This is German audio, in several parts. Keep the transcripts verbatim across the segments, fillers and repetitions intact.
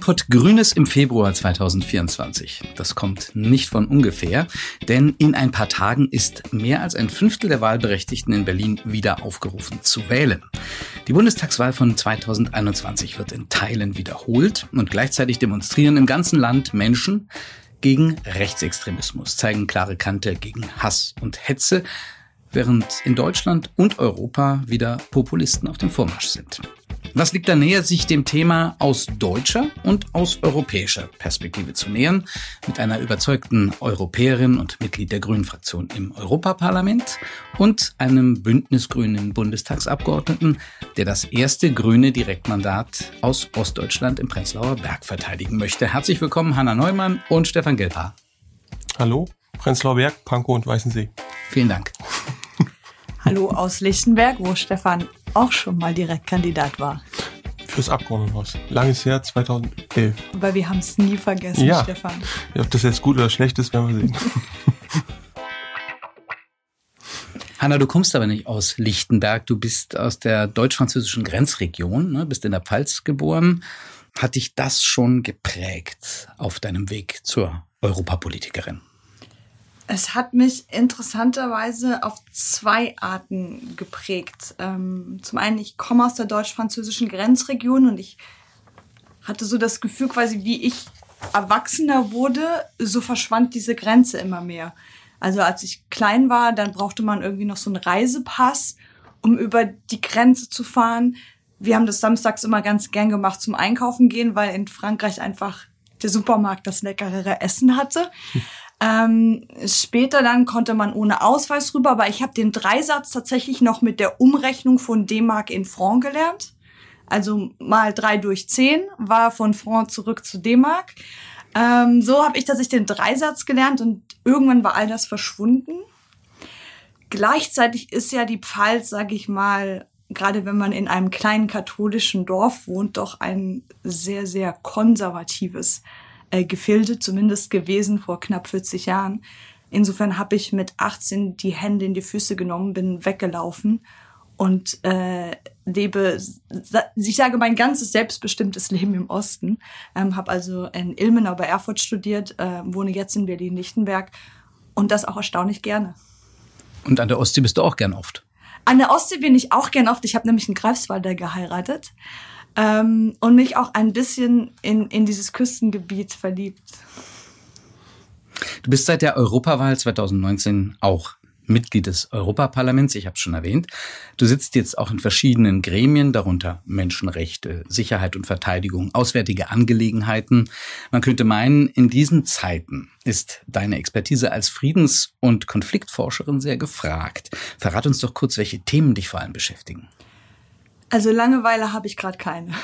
Pott Grünes im Februar zweitausendvierundzwanzig. Das kommt nicht von ungefähr, denn in ein paar Tagen ist mehr als ein Fünftel der Wahlberechtigten in Berlin wieder aufgerufen zu wählen. Die Bundestagswahl von zweitausendeinundzwanzig wird in Teilen wiederholt und gleichzeitig demonstrieren im ganzen Land Menschen gegen Rechtsextremismus, zeigen klare Kante gegen Hass und Hetze, während in Deutschland und Europa wieder Populisten auf dem Vormarsch sind. Was liegt da näher, sich dem Thema aus deutscher und aus europäischer Perspektive zu nähern, mit einer überzeugten Europäerin und Mitglied der Grünen-Fraktion im Europaparlament und einem bündnisgrünen Bundestagsabgeordneten, der das erste grüne Direktmandat aus Ostdeutschland im Prenzlauer Berg verteidigen möchte. Herzlich willkommen, Hanna Neumann und Stefan Gelbhaar. Hallo, Prenzlauer Berg, Pankow und Weißensee. Vielen Dank. Hallo aus Lichtenberg, wo Stefan auch schon mal Direktkandidat war. Fürs Abgeordnetenhaus. Langes Jahr, zweitausendelf. Aber wir haben es nie vergessen, ja. Stefan. Ja, ob das jetzt gut oder schlecht ist, werden wir sehen. Hanna, du kommst aber nicht aus Lichtenberg. Du bist aus der deutsch-französischen Grenzregion, ne? Bist in der Pfalz geboren. Hat dich das schon geprägt auf deinem Weg zur Europapolitikerin? Es hat mich interessanterweise auf zwei Arten geprägt. Ähm, zum einen, ich komme aus der deutsch-französischen Grenzregion und ich hatte so das Gefühl, quasi wie ich erwachsener wurde, so verschwand diese Grenze immer mehr. Also als ich klein war, dann brauchte man irgendwie noch so einen Reisepass, um über die Grenze zu fahren. Wir haben das samstags immer ganz gern gemacht zum Einkaufen gehen, weil in Frankreich einfach der Supermarkt das leckerere Essen hatte. Hm. Ähm, später dann konnte man ohne Ausweis rüber, aber ich habe den Dreisatz tatsächlich noch mit der Umrechnung von D-Mark in Franc gelernt. Also mal drei durch zehn war von Franc zurück zu D-Mark. Ähm, so habe ich tatsächlich den Dreisatz gelernt und irgendwann war all das verschwunden. Gleichzeitig ist ja die Pfalz, sage ich mal, gerade wenn man in einem kleinen katholischen Dorf wohnt, doch ein sehr, sehr konservatives Gefilde, zumindest gewesen vor knapp vierzig Jahren. Insofern habe ich mit achtzehn die Hände in die Füße genommen, bin weggelaufen und äh, lebe, ich sage, mein ganzes selbstbestimmtes Leben im Osten. Ähm, habe also in Ilmenau bei Erfurt studiert, äh, wohne jetzt in Berlin-Lichtenberg und das auch erstaunlich gerne. Und an der Ostsee bist du auch gern oft? An der Ostsee bin ich auch gern oft. Ich habe nämlich einen Greifswalder geheiratet. Ähm, und mich auch ein bisschen in, in dieses Küstengebiet verliebt. Du bist seit der Europawahl zweitausendneunzehn auch Mitglied des Europaparlaments, ich habe es schon erwähnt. Du sitzt jetzt auch in verschiedenen Gremien, darunter Menschenrechte, Sicherheit und Verteidigung, auswärtige Angelegenheiten. Man könnte meinen, in diesen Zeiten ist deine Expertise als Friedens- und Konfliktforscherin sehr gefragt. Verrat uns doch kurz, welche Themen dich vor allem beschäftigen. Also Langeweile habe ich gerade keine.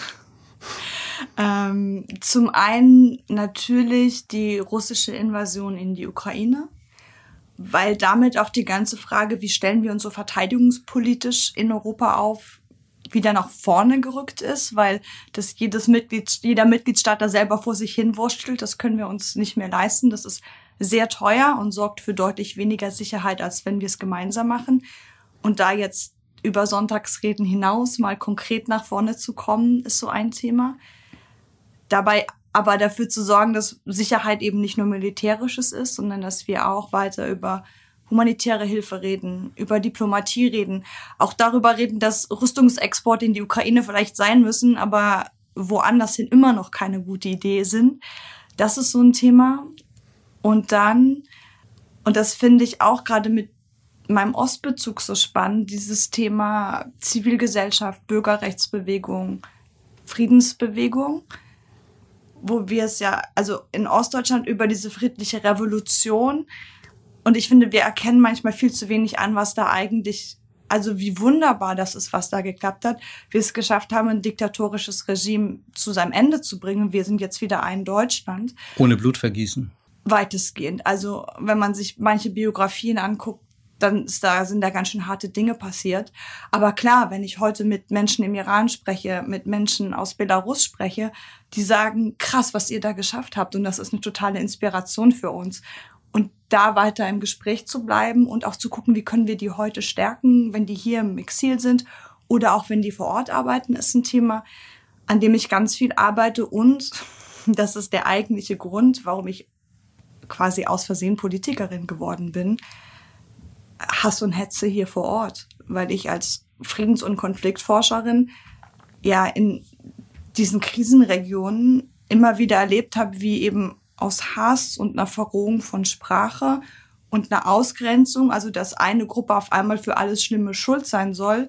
ähm, zum einen natürlich die russische Invasion in die Ukraine, weil damit auch die ganze Frage, wie stellen wir uns so verteidigungspolitisch in Europa auf, wieder nach vorne gerückt ist, weil das jedes Mitglied, jeder Mitgliedstaat da selber vor sich hin wurstelt, das können wir uns nicht mehr leisten. Das ist sehr teuer und sorgt für deutlich weniger Sicherheit, als wenn wir es gemeinsam machen. Und da jetzt über Sonntagsreden hinaus mal konkret nach vorne zu kommen, ist so ein Thema. Dabei aber dafür zu sorgen, dass Sicherheit eben nicht nur Militärisches ist, sondern dass wir auch weiter über humanitäre Hilfe reden, über Diplomatie reden, auch darüber reden, dass Rüstungsexporte in die Ukraine vielleicht sein müssen, aber woanders hin immer noch keine gute Idee sind. Das ist so ein Thema. Und dann, und das finde ich auch gerade mit meinem Ostbezug so spannend, dieses Thema Zivilgesellschaft, Bürgerrechtsbewegung, Friedensbewegung, wo wir es ja, also in Ostdeutschland über diese friedliche Revolution, und ich finde, wir erkennen manchmal viel zu wenig an, was da eigentlich, also wie wunderbar das ist, was da geklappt hat, wir es geschafft haben, ein diktatorisches Regime zu seinem Ende zu bringen. Wir sind jetzt wieder ein Deutschland. Ohne Blutvergießen? Weitestgehend. Also wenn man sich manche Biografien anguckt, dann ist da, sind da ganz schön harte Dinge passiert. Aber klar, wenn ich heute mit Menschen im Iran spreche, mit Menschen aus Belarus spreche, die sagen, krass, was ihr da geschafft habt. Und das ist eine totale Inspiration für uns. Und da weiter im Gespräch zu bleiben und auch zu gucken, wie können wir die heute stärken, wenn die hier im Exil sind oder auch wenn die vor Ort arbeiten, ist ein Thema. an dem ich ganz viel arbeite und das ist der eigentliche Grund, warum ich quasi aus Versehen Politikerin geworden bin, Hass und Hetze hier vor Ort, weil ich als Friedens- und Konfliktforscherin ja in diesen Krisenregionen immer wieder erlebt habe, wie eben aus Hass und einer Verrohung von Sprache und einer Ausgrenzung, also dass eine Gruppe auf einmal für alles Schlimme schuld sein soll,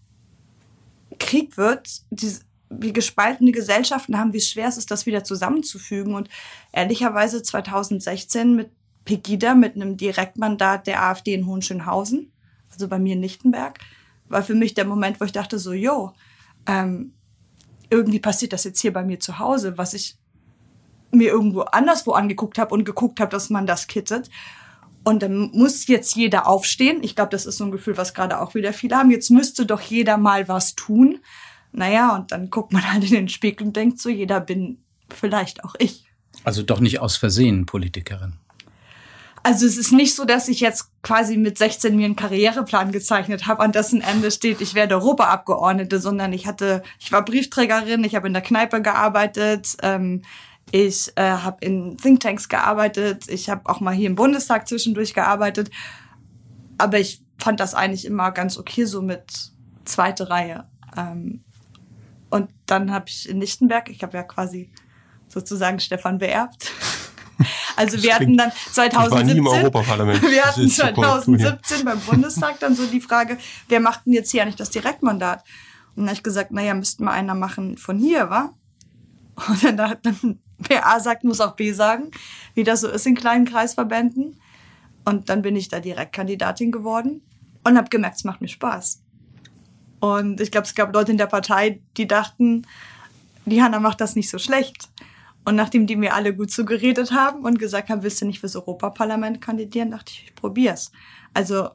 Krieg wird, die, wie gespaltene Gesellschaften haben, wie schwer es ist, das wieder zusammenzufügen. Und ehrlicherweise zweitausendsechzehn mit Pegida, mit einem Direktmandat der AfD in Hohenschönhausen, also bei mir in Lichtenberg, war für mich der Moment, wo ich dachte so, jo, ähm, irgendwie passiert das jetzt hier bei mir zu Hause, was ich mir irgendwo anderswo angeguckt habe und geguckt habe, dass man das kittet. Und dann muss jetzt jeder aufstehen. Ich glaube, das ist so ein Gefühl, was gerade auch wieder viele haben. Jetzt müsste doch jeder mal was tun. Naja, und dann guckt man halt in den Spiegel und denkt so, jeder bin vielleicht auch ich. Also doch nicht aus Versehen Politikerin. Also es ist nicht so, dass ich jetzt quasi mit sechzehn mir einen Karriereplan gezeichnet habe, an dessen Ende steht, ich werde Europaabgeordnete, sondern ich hatte, ich war Briefträgerin, ich habe in der Kneipe gearbeitet, ähm, ich äh, habe in Thinktanks gearbeitet, ich habe auch mal hier im Bundestag zwischendurch gearbeitet, aber ich fand das eigentlich immer ganz okay so mit zweite Reihe. Ähm, und dann habe ich in Lichtenberg, ich habe ja quasi sozusagen Stefan beerbt. Also wir hatten dann zweitausendsiebzehn, ich war nie im Europaparlament. Wir hatten zweitausendsiebzehn beim Bundestag dann so die Frage, wer macht denn jetzt hier eigentlich das Direktmandat? Und dann habe ich gesagt, naja, müssten wir einer machen von hier, wa? Und dann hat dann, wer A sagt, muss auch B sagen, wie das so ist in kleinen Kreisverbänden. Und dann bin ich da Direktkandidatin geworden und habe gemerkt, es macht mir Spaß. Und ich glaube, es gab Leute in der Partei, die dachten, die Hanna macht das nicht so schlecht. Und nachdem die mir alle gut zugeredet haben und gesagt haben, willst du nicht fürs Europaparlament kandidieren, dachte ich, ich probier's. Also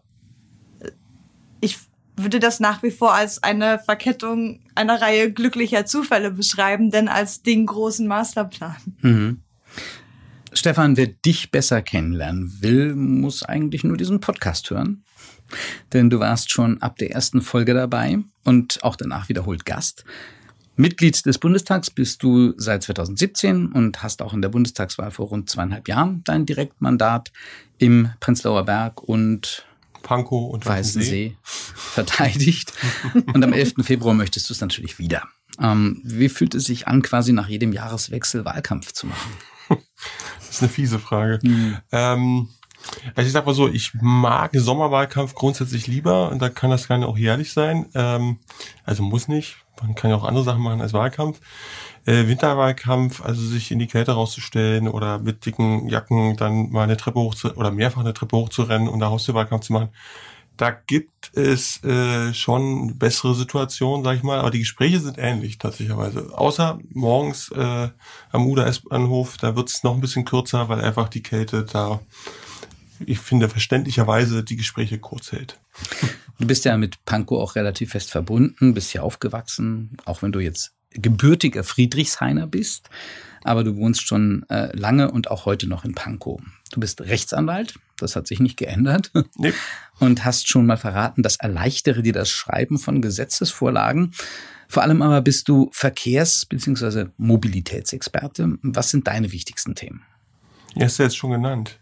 ich würde das nach wie vor als eine Verkettung einer Reihe glücklicher Zufälle beschreiben, denn als den großen Masterplan. Mhm. Stefan, wer dich besser kennenlernen will, muss eigentlich nur diesen Podcast hören. Denn du warst schon ab der ersten Folge dabei und auch danach wiederholt Gast. Mitglied des Bundestags bist du seit zweitausendsiebzehn und hast auch in der Bundestagswahl vor rund zweieinhalb Jahren dein Direktmandat im Prenzlauer Berg und Pankow und Weißensee verteidigt. Und am elften Februar möchtest du es natürlich wieder. Ähm, wie fühlt es sich an, quasi nach jedem Jahreswechsel Wahlkampf zu machen? Das ist eine fiese Frage. Hm. Ähm, also ich sag mal so, ich mag Sommerwahlkampf grundsätzlich lieber und da kann das gerne auch jährlich sein. Ähm, also muss nicht. Man kann ja auch andere Sachen machen als Wahlkampf. Äh, Winterwahlkampf, also sich in die Kälte rauszustellen oder mit dicken Jacken dann mal eine Treppe hoch zu, oder mehrfach eine Treppe hoch zu rennen und da Haustürwahlkampf zu machen. Da gibt es äh, schon bessere Situationen, sag ich mal, aber die Gespräche sind ähnlich tatsächlicherweise. Außer morgens äh, am U D A-S-Bahnhof, da wird es noch ein bisschen kürzer, weil einfach die Kälte da, ich finde, verständlicherweise die Gespräche kurz hält. Du bist ja mit Pankow auch relativ fest verbunden, bist hier aufgewachsen, auch wenn du jetzt gebürtiger Friedrichshainer bist, aber du wohnst schon äh, lange und auch heute noch in Pankow. Du bist Rechtsanwalt, das hat sich nicht geändert, Nee. und hast schon mal verraten, das erleichtere dir das Schreiben von Gesetzesvorlagen. Vor allem aber bist du Verkehrs- bzw. Mobilitätsexperte. Was sind deine wichtigsten Themen? Ja, ist ja jetzt schon genannt.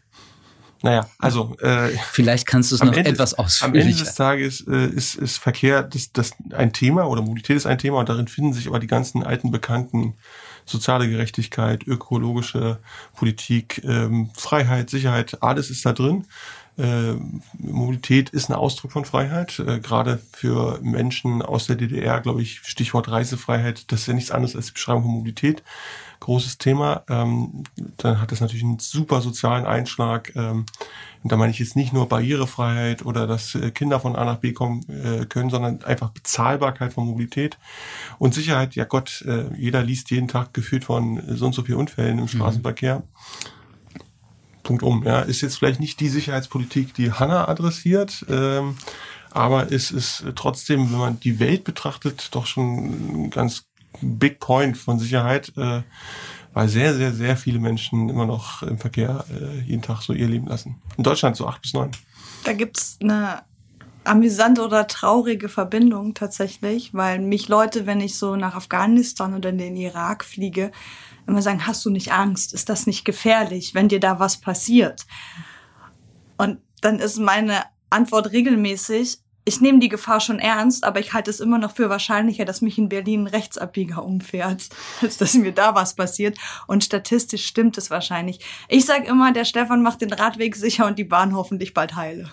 Naja, also äh, vielleicht kannst du es noch Ende, etwas ausführlicher. Am Ende des Tages äh, ist, ist Verkehr das, das ein Thema oder Mobilität ist ein Thema und darin finden sich aber die ganzen alten bekannten soziale Gerechtigkeit, ökologische Politik, ähm, Freiheit, Sicherheit, alles ist da drin. Äh, Mobilität ist ein Ausdruck von Freiheit, äh, gerade für Menschen aus der D D R, glaube ich, Stichwort Reisefreiheit, das ist ja nichts anderes als die Beschreibung von Mobilität. Großes Thema. Ähm, dann hat das natürlich einen super sozialen Einschlag. Ähm, und da meine ich jetzt nicht nur Barrierefreiheit oder dass äh, Kinder von A nach B kommen äh, können, sondern einfach Bezahlbarkeit von Mobilität. Und Sicherheit, ja Gott, äh, jeder liest jeden Tag gefühlt von so und so vielen Unfällen im Straßenverkehr. Mhm. Punkt um. Ja, ist jetzt vielleicht nicht die Sicherheitspolitik, die Hanna adressiert, ähm, aber es ist trotzdem, wenn man die Welt betrachtet, doch schon ein ganz Big Point von Sicherheit, äh, weil sehr, sehr, sehr viele Menschen immer noch im Verkehr äh, jeden Tag so ihr Leben lassen. In Deutschland so acht bis neun. Da gibt's eine amüsante oder traurige Verbindung tatsächlich, weil mich Leute, wenn ich so nach Afghanistan oder in den Irak fliege, immer sagen, hast du nicht Angst? Ist das nicht gefährlich, wenn dir da was passiert? Und dann ist meine Antwort regelmäßig, ich nehme die Gefahr schon ernst, aber ich halte es immer noch für wahrscheinlicher, dass mich in Berlin ein Rechtsabbieger umfährt, als dass mir da was passiert. Und statistisch stimmt es wahrscheinlich. Ich sage immer, der Stefan macht den Radweg sicher und die Bahn hoffentlich bald heile.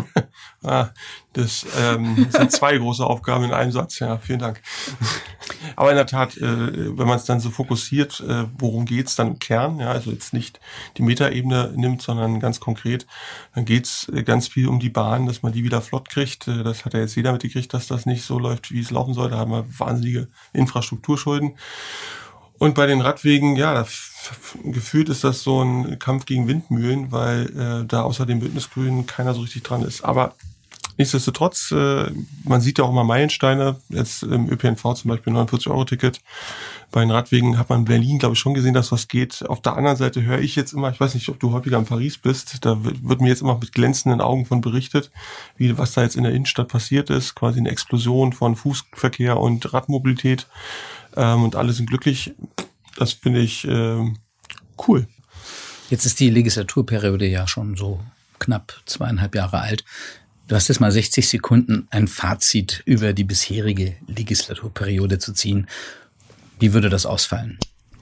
ah, das ähm, sind zwei große Aufgaben in einem Satz. Ja, vielen Dank. Aber in der Tat, äh, wenn man es dann so fokussiert, äh, worum geht's dann im Kern? Ja, also jetzt nicht die Metaebene nimmt, sondern ganz konkret, dann geht's ganz viel um die Bahn, dass man die wieder flott kriegt. Äh, das hat ja jetzt jeder mitgekriegt, dass das nicht so läuft, wie es laufen soll. Da haben wir wahnsinnige Infrastrukturschulden. Und bei den Radwegen, ja, da f- gefühlt ist das so ein Kampf gegen Windmühlen, weil äh, da außer den Bündnisgrünen keiner so richtig dran ist. Aber nichtsdestotrotz, äh, man sieht ja auch immer Meilensteine, jetzt im Ö P N V zum Beispiel neunundvierzig Euro Ticket. Bei den Radwegen hat man in Berlin, glaube ich, schon gesehen, dass was geht. Auf der anderen Seite höre ich jetzt immer, ich weiß nicht, ob du häufiger in Paris bist, da wird, wird mir jetzt immer mit glänzenden Augen von berichtet, wie was da jetzt in der Innenstadt passiert ist, quasi eine Explosion von Fußverkehr und Radmobilität, ähm, und alle sind glücklich. Das finde ich ähm, cool. Jetzt ist die Legislaturperiode ja schon so knapp zweieinhalb Jahre alt. Du hast jetzt mal sechzig Sekunden ein Fazit über die bisherige Legislaturperiode zu ziehen. Wie würde das ausfallen?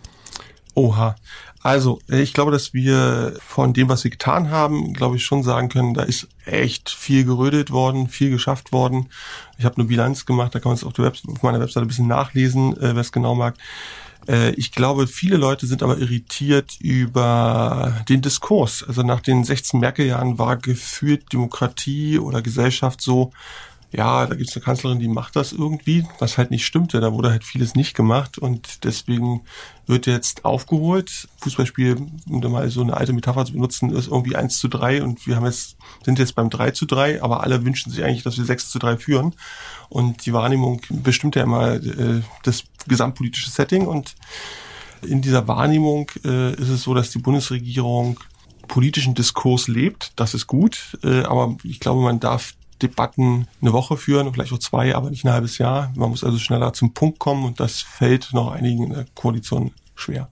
Oha. Also, ich glaube, dass wir von dem, was wir getan haben, glaube ich, schon sagen können, da ist echt viel gerödelt worden, viel geschafft worden. Ich habe eine Bilanz gemacht, da kann man es auf, der Web- auf meiner Webseite ein bisschen nachlesen, äh, wer es genau mag. Äh, ich glaube, viele Leute sind aber irritiert über den Diskurs. Also nach den sechzehn Merkel-Jahren war gefühlt Demokratie oder Gesellschaft so, ja, da gibt's eine Kanzlerin, die macht das irgendwie, was halt nicht stimmte. Da wurde halt vieles nicht gemacht und deswegen wird jetzt aufgeholt. Fußballspiel, um da mal so eine alte Metapher zu benutzen, ist irgendwie eins zu drei und wir haben jetzt, sind jetzt beim drei zu drei, aber alle wünschen sich eigentlich, dass wir sechs zu drei führen. Und die Wahrnehmung bestimmt ja immer äh, das gesamtpolitische Setting und in dieser Wahrnehmung äh, ist es so, dass die Bundesregierung politischen Diskurs lebt. Das ist gut, äh, aber ich glaube, man darf Debatten eine Woche führen, vielleicht auch zwei, aber nicht ein halbes Jahr. Man muss also schneller zum Punkt kommen und das fällt noch einigen in der Koalition schwer.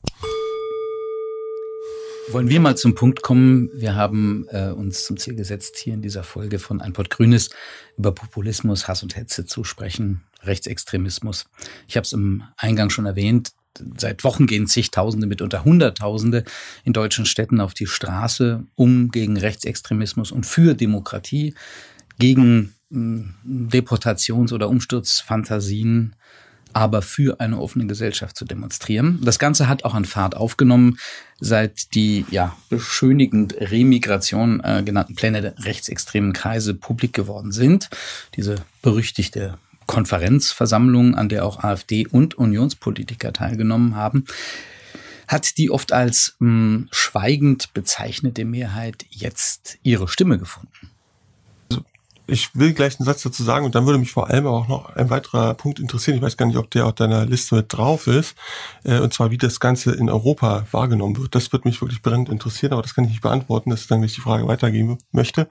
Wollen wir mal zum Punkt kommen? Wir haben äh, uns zum Ziel gesetzt, hier in dieser Folge von Ein Pott Grünes über Populismus, Hass und Hetze zu sprechen, Rechtsextremismus. Ich habe es im Eingang schon erwähnt, seit Wochen gehen zigtausende, mitunter Hunderttausende in deutschen Städten auf die Straße, um gegen Rechtsextremismus und für Demokratie, gegen Deportations- oder Umsturzfantasien, aber für eine offene Gesellschaft zu demonstrieren. Das Ganze hat auch an Fahrt aufgenommen, seit die ja beschönigend Remigration äh, genannten Pläne der rechtsextremen Kreise publik geworden sind. Diese berüchtigte Konferenzversammlung, an der auch AfD und Unionspolitiker teilgenommen haben, hat die oft als mh, schweigend bezeichnete Mehrheit jetzt ihre Stimme gefunden. Ich will gleich einen Satz dazu sagen und dann würde mich vor allem auch noch ein weiterer Punkt interessieren. Ich weiß gar nicht, ob der auf deiner Liste mit drauf ist. Und zwar, wie das Ganze in Europa wahrgenommen wird. Das wird mich wirklich brennend interessieren, aber das kann ich nicht beantworten. Das ist dann, wenn ich die Frage weitergeben möchte.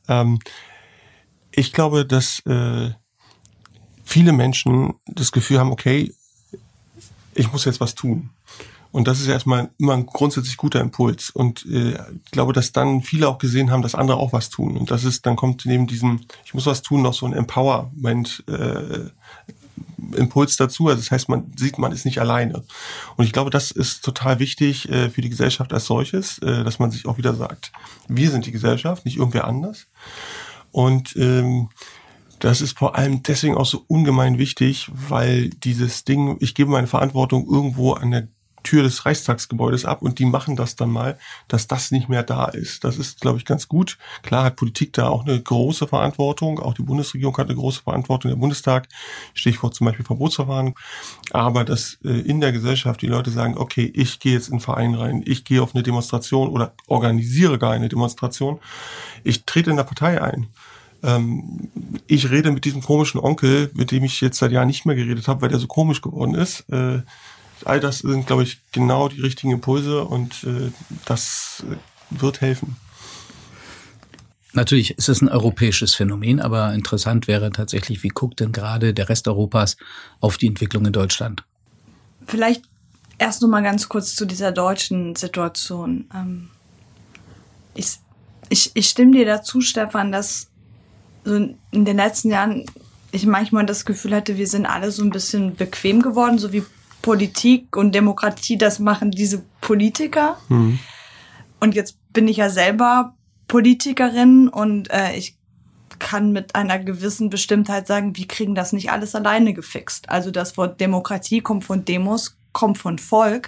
Ich glaube, dass viele Menschen das Gefühl haben, okay, ich muss jetzt was tun. Und das ist erstmal immer ein grundsätzlich guter Impuls. Und äh, ich glaube, dass dann viele auch gesehen haben, dass andere auch was tun. Und das ist, dann kommt neben diesem, ich muss was tun, noch so ein Empowerment äh, Impuls dazu. Also das heißt, man sieht, man ist nicht alleine. Und ich glaube, das ist total wichtig äh, für die Gesellschaft als solches, äh, dass man sich auch wieder sagt, wir sind die Gesellschaft, nicht irgendwer anders. Und ähm, das ist vor allem deswegen auch so ungemein wichtig, weil dieses Ding, ich gebe meine Verantwortung irgendwo an der Tür des Reichstagsgebäudes ab und die machen das dann mal, dass das nicht mehr da ist. Das ist, glaube ich, ganz gut. Klar hat Politik da auch eine große Verantwortung, auch die Bundesregierung hat eine große Verantwortung, der Bundestag, Stichwort zum Beispiel Verbotsverfahren, aber dass äh, in der Gesellschaft die Leute sagen, okay, ich gehe jetzt in einen Verein rein, ich gehe auf eine Demonstration oder organisiere gar eine Demonstration, ich trete in der Partei ein. Ähm, ich rede mit diesem komischen Onkel, mit dem ich jetzt seit Jahren nicht mehr geredet habe, weil der so komisch geworden ist. Äh, All das sind, glaube ich, genau die richtigen Impulse und äh, das wird helfen. Natürlich ist es ein europäisches Phänomen, aber interessant wäre tatsächlich, wie guckt denn gerade der Rest Europas auf die Entwicklung in Deutschland? Vielleicht erst noch mal ganz kurz zu dieser deutschen Situation. Ähm, ich, ich, ich stimme dir dazu, Stefan, dass so in den letzten Jahren ich manchmal das Gefühl hatte, wir sind alle so ein bisschen bequem geworden, so wie Politik und Demokratie, das machen diese Politiker. Mhm. Und jetzt bin ich ja selber Politikerin und äh, ich kann mit einer gewissen Bestimmtheit sagen, wir kriegen das nicht alles alleine gefixt. Also das Wort Demokratie kommt von Demos, kommt von Volk.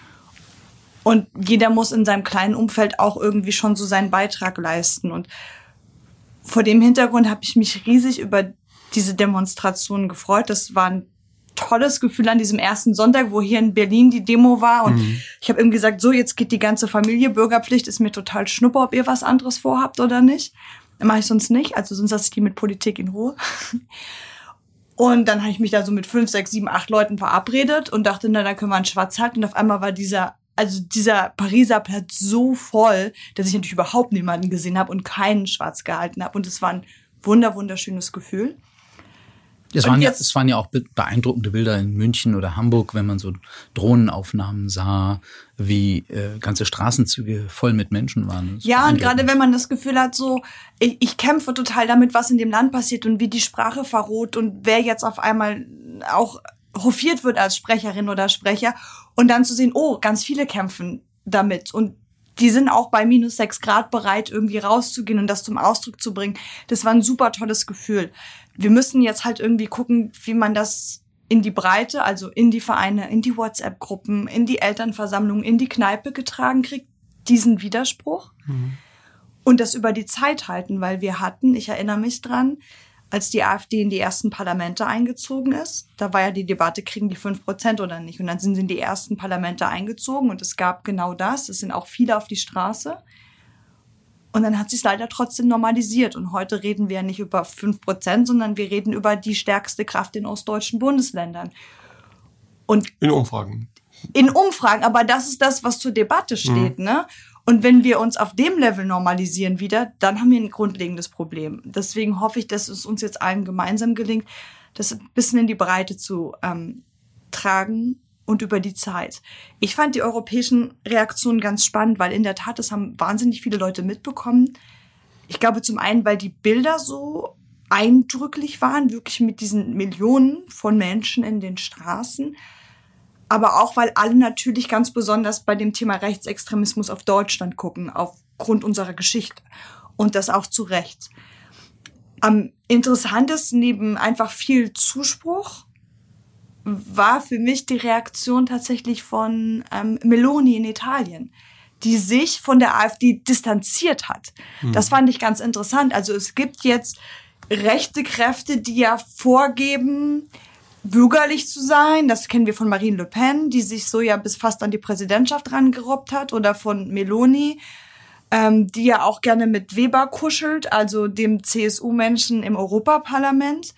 Und jeder muss in seinem kleinen Umfeld auch irgendwie schon so seinen Beitrag leisten. Und vor dem Hintergrund habe ich mich riesig über diese Demonstration gefreut. Das war ein tolles Gefühl an diesem ersten Sonntag, wo hier in Berlin die Demo war. Und mhm. ich habe ihm gesagt, so, jetzt geht die ganze Familie, Bürgerpflicht, ist mir total schnuppe, ob ihr was anderes vorhabt oder nicht. Mache ich sonst nicht, also sonst lasse ich die mit Politik in Ruhe. Und dann habe ich mich da so mit fünf, sechs, sieben, acht Leuten verabredet und dachte, na, da können wir einen Schwarz halten. Und auf einmal war dieser, also dieser Pariser Platz so voll, dass ich natürlich überhaupt niemanden gesehen habe und keinen Schwarz gehalten habe. Und es war ein wunder, wunderschönes Gefühl. Es waren, ja, es waren ja auch beeindruckende Bilder in München oder Hamburg, wenn man so Drohnenaufnahmen sah, wie äh, ganze Straßenzüge voll mit Menschen waren. Ja, und gerade wenn man das Gefühl hat, so ich, ich kämpfe total damit, was in dem Land passiert und wie die Sprache verroht und wer jetzt auf einmal auch hofiert wird als Sprecherin oder Sprecher und dann zu sehen, oh, ganz viele kämpfen damit und die sind auch bei minus sechs Grad bereit, irgendwie rauszugehen und das zum Ausdruck zu bringen. Das war ein super tolles Gefühl. Wir müssen jetzt halt irgendwie gucken, wie man das in die Breite, also in die Vereine, in die WhatsApp-Gruppen, in die Elternversammlungen, in die Kneipe getragen kriegt, diesen Widerspruch. Mhm. Und das über die Zeit halten, weil wir hatten, ich erinnere mich dran, als die AfD in die ersten Parlamente eingezogen ist, da war ja die Debatte, kriegen die fünf Prozent oder nicht? Und dann sind sie in die ersten Parlamente eingezogen und es gab genau das. Es sind auch viele auf die Straße. Und dann hat sich es leider trotzdem normalisiert. Und heute reden wir ja nicht über fünf Prozent, sondern wir reden über die stärkste Kraft in ostdeutschen Bundesländern. Und in Umfragen. In Umfragen, aber das ist das, was zur Debatte steht, mhm. ne? Und wenn wir uns auf dem Level normalisieren wieder, dann haben wir ein grundlegendes Problem. Deswegen hoffe ich, dass es uns jetzt allen gemeinsam gelingt, das ein bisschen in die Breite zu ähm, tragen und über die Zeit. Ich fand die europäischen Reaktionen ganz spannend, weil in der Tat, das haben wahnsinnig viele Leute mitbekommen. Ich glaube zum einen, weil die Bilder so eindrücklich waren, wirklich mit diesen Millionen von Menschen in den Straßen. Aber auch, weil alle natürlich ganz besonders bei dem Thema Rechtsextremismus auf Deutschland gucken, aufgrund unserer Geschichte. Und das auch zu Recht. Am interessantesten, neben einfach viel Zuspruch, war für mich die Reaktion tatsächlich von ähm, Meloni in Italien, die sich von der AfD distanziert hat. Mhm. Das fand ich ganz interessant. Also es gibt jetzt rechte Kräfte, die ja vorgeben, bürgerlich zu sein. Das kennen wir von Marine Le Pen, die sich so ja bis fast an die Präsidentschaft rangerobbt hat, oder von Meloni, ähm, die ja auch gerne mit Weber kuschelt, also dem C S U-Menschen im Europaparlament.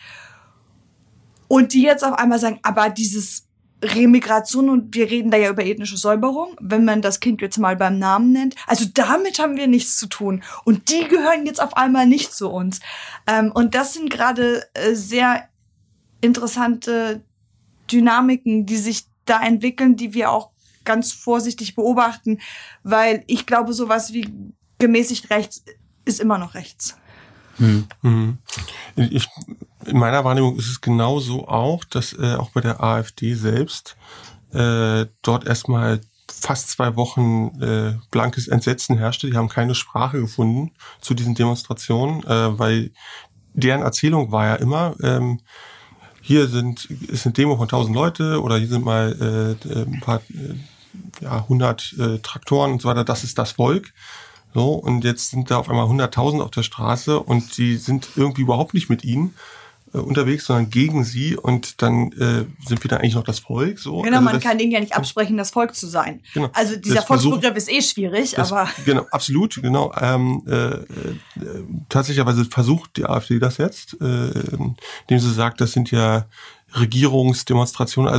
Und die jetzt auf einmal sagen, aber dieses Remigration, und wir reden da ja über ethnische Säuberung, wenn man das Kind jetzt mal beim Namen nennt, also damit haben wir nichts zu tun. Und die gehören jetzt auf einmal nicht zu uns. Ähm, und das sind gerade äh, sehr interessante Dynamiken, die sich da entwickeln, die wir auch ganz vorsichtig beobachten, weil ich glaube, sowas wie gemäßigt rechts ist immer noch rechts. Hm. Ich, in meiner Wahrnehmung ist es genauso auch, dass äh, auch bei der AfD selbst äh, dort erstmal fast zwei Wochen äh, blankes Entsetzen herrschte. Die haben keine Sprache gefunden zu diesen Demonstrationen, äh, weil deren Erzählung war ja immer, ähm, hier sind ist eine Demo von tausend Leute oder hier sind mal äh, ein paar äh, ja, hundert äh, Traktoren und so weiter. Das ist das Volk. So, und jetzt sind da auf einmal hunderttausend auf der Straße und die sind irgendwie überhaupt nicht mit ihnen äh, unterwegs, sondern gegen sie, und dann äh, sind wir da eigentlich noch das Volk. So. Genau, also man das, kann denen ja nicht absprechen, das Volk zu sein. Genau, also dieser Volksbegriff ist eh schwierig, das, aber... Genau, absolut, genau. Ähm, äh, äh, tatsächlich versucht die AfD das jetzt, äh, indem sie sagt, das sind ja Regierungsdemonstrationen, also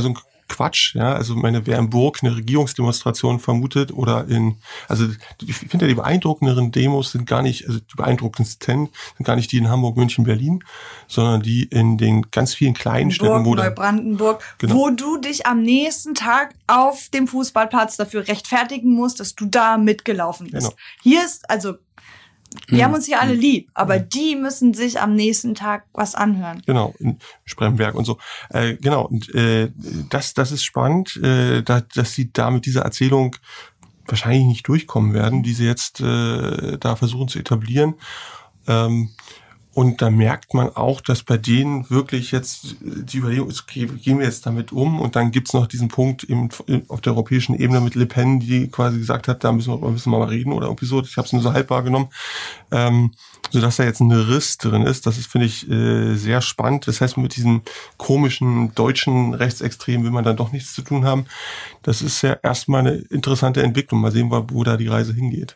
Quatsch. Ja, also meine, wer in Burg eine Regierungsdemonstration vermutet oder in, also ich finde ja, die beeindruckenderen Demos sind gar nicht, also die beeindruckendsten sind gar nicht die in Hamburg, München, Berlin, sondern die in den ganz vielen kleinen Burg, Städten, wo Neubrandenburg, genau. wo du dich am nächsten Tag auf dem Fußballplatz dafür rechtfertigen musst, dass du da mitgelaufen bist. Genau. Hier ist, also wir hm. haben uns hier alle lieb, aber hm. die müssen sich am nächsten Tag was anhören. Genau, in Spremberg und so. Äh, genau, und äh, das, das ist spannend, äh, da, dass sie da mit dieser Erzählung wahrscheinlich nicht durchkommen werden, die sie jetzt äh, da versuchen zu etablieren. Ähm, Und da merkt man auch, dass bei denen wirklich jetzt die Überlegung ist, okay, wie gehen wir jetzt damit um? Und dann gibt's noch diesen Punkt im, auf der europäischen Ebene mit Le Pen, die quasi gesagt hat, da müssen wir, müssen wir mal reden oder irgendwie so. Ich habe es nur so halb wahrgenommen. Ähm, sodass da jetzt ein Riss drin ist. Das ist, finde ich, äh, sehr spannend. Das heißt, mit diesen komischen deutschen Rechtsextremen will man dann doch nichts zu tun haben. Das ist ja erstmal eine interessante Entwicklung. Mal sehen, wo da die Reise hingeht.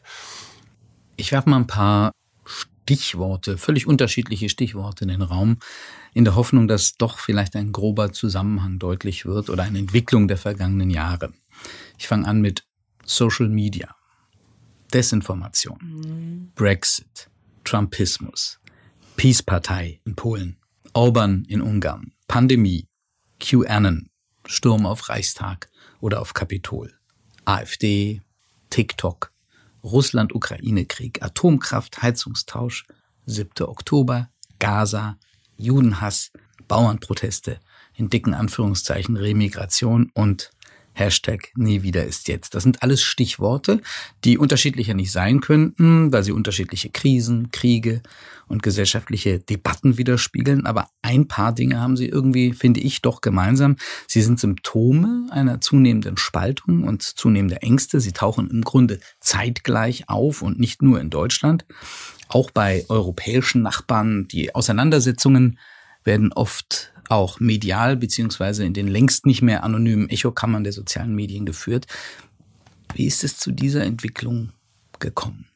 Ich werfe mal ein paar Stichworte, völlig unterschiedliche Stichworte in den Raum, in der Hoffnung, dass doch vielleicht ein grober Zusammenhang deutlich wird oder eine Entwicklung der vergangenen Jahre. Ich fange an mit Social Media, Desinformation, mhm. Brexit, Trumpismus, Peace-Partei in Polen, Orban in Ungarn, Pandemie, QAnon, Sturm auf Reichstag oder auf Kapitol, AfD, TikTok, Russland-Ukraine-Krieg, Atomkraft, Heizungstausch, siebter Oktober, Gaza, Judenhass, Bauernproteste, in dicken Anführungszeichen Remigration und Hashtag nie wieder ist jetzt. Das sind alles Stichworte, die unterschiedlicher nicht sein könnten, weil sie unterschiedliche Krisen, Kriege und gesellschaftliche Debatten widerspiegeln. Aber ein paar Dinge haben sie irgendwie, finde ich, doch gemeinsam. Sie sind Symptome einer zunehmenden Spaltung und zunehmender Ängste. Sie tauchen im Grunde zeitgleich auf und nicht nur in Deutschland. Auch bei europäischen Nachbarn, die Auseinandersetzungen werden oft auch medial beziehungsweise in den längst nicht mehr anonymen Echokammern der sozialen Medien geführt. Wie ist es zu dieser Entwicklung gekommen?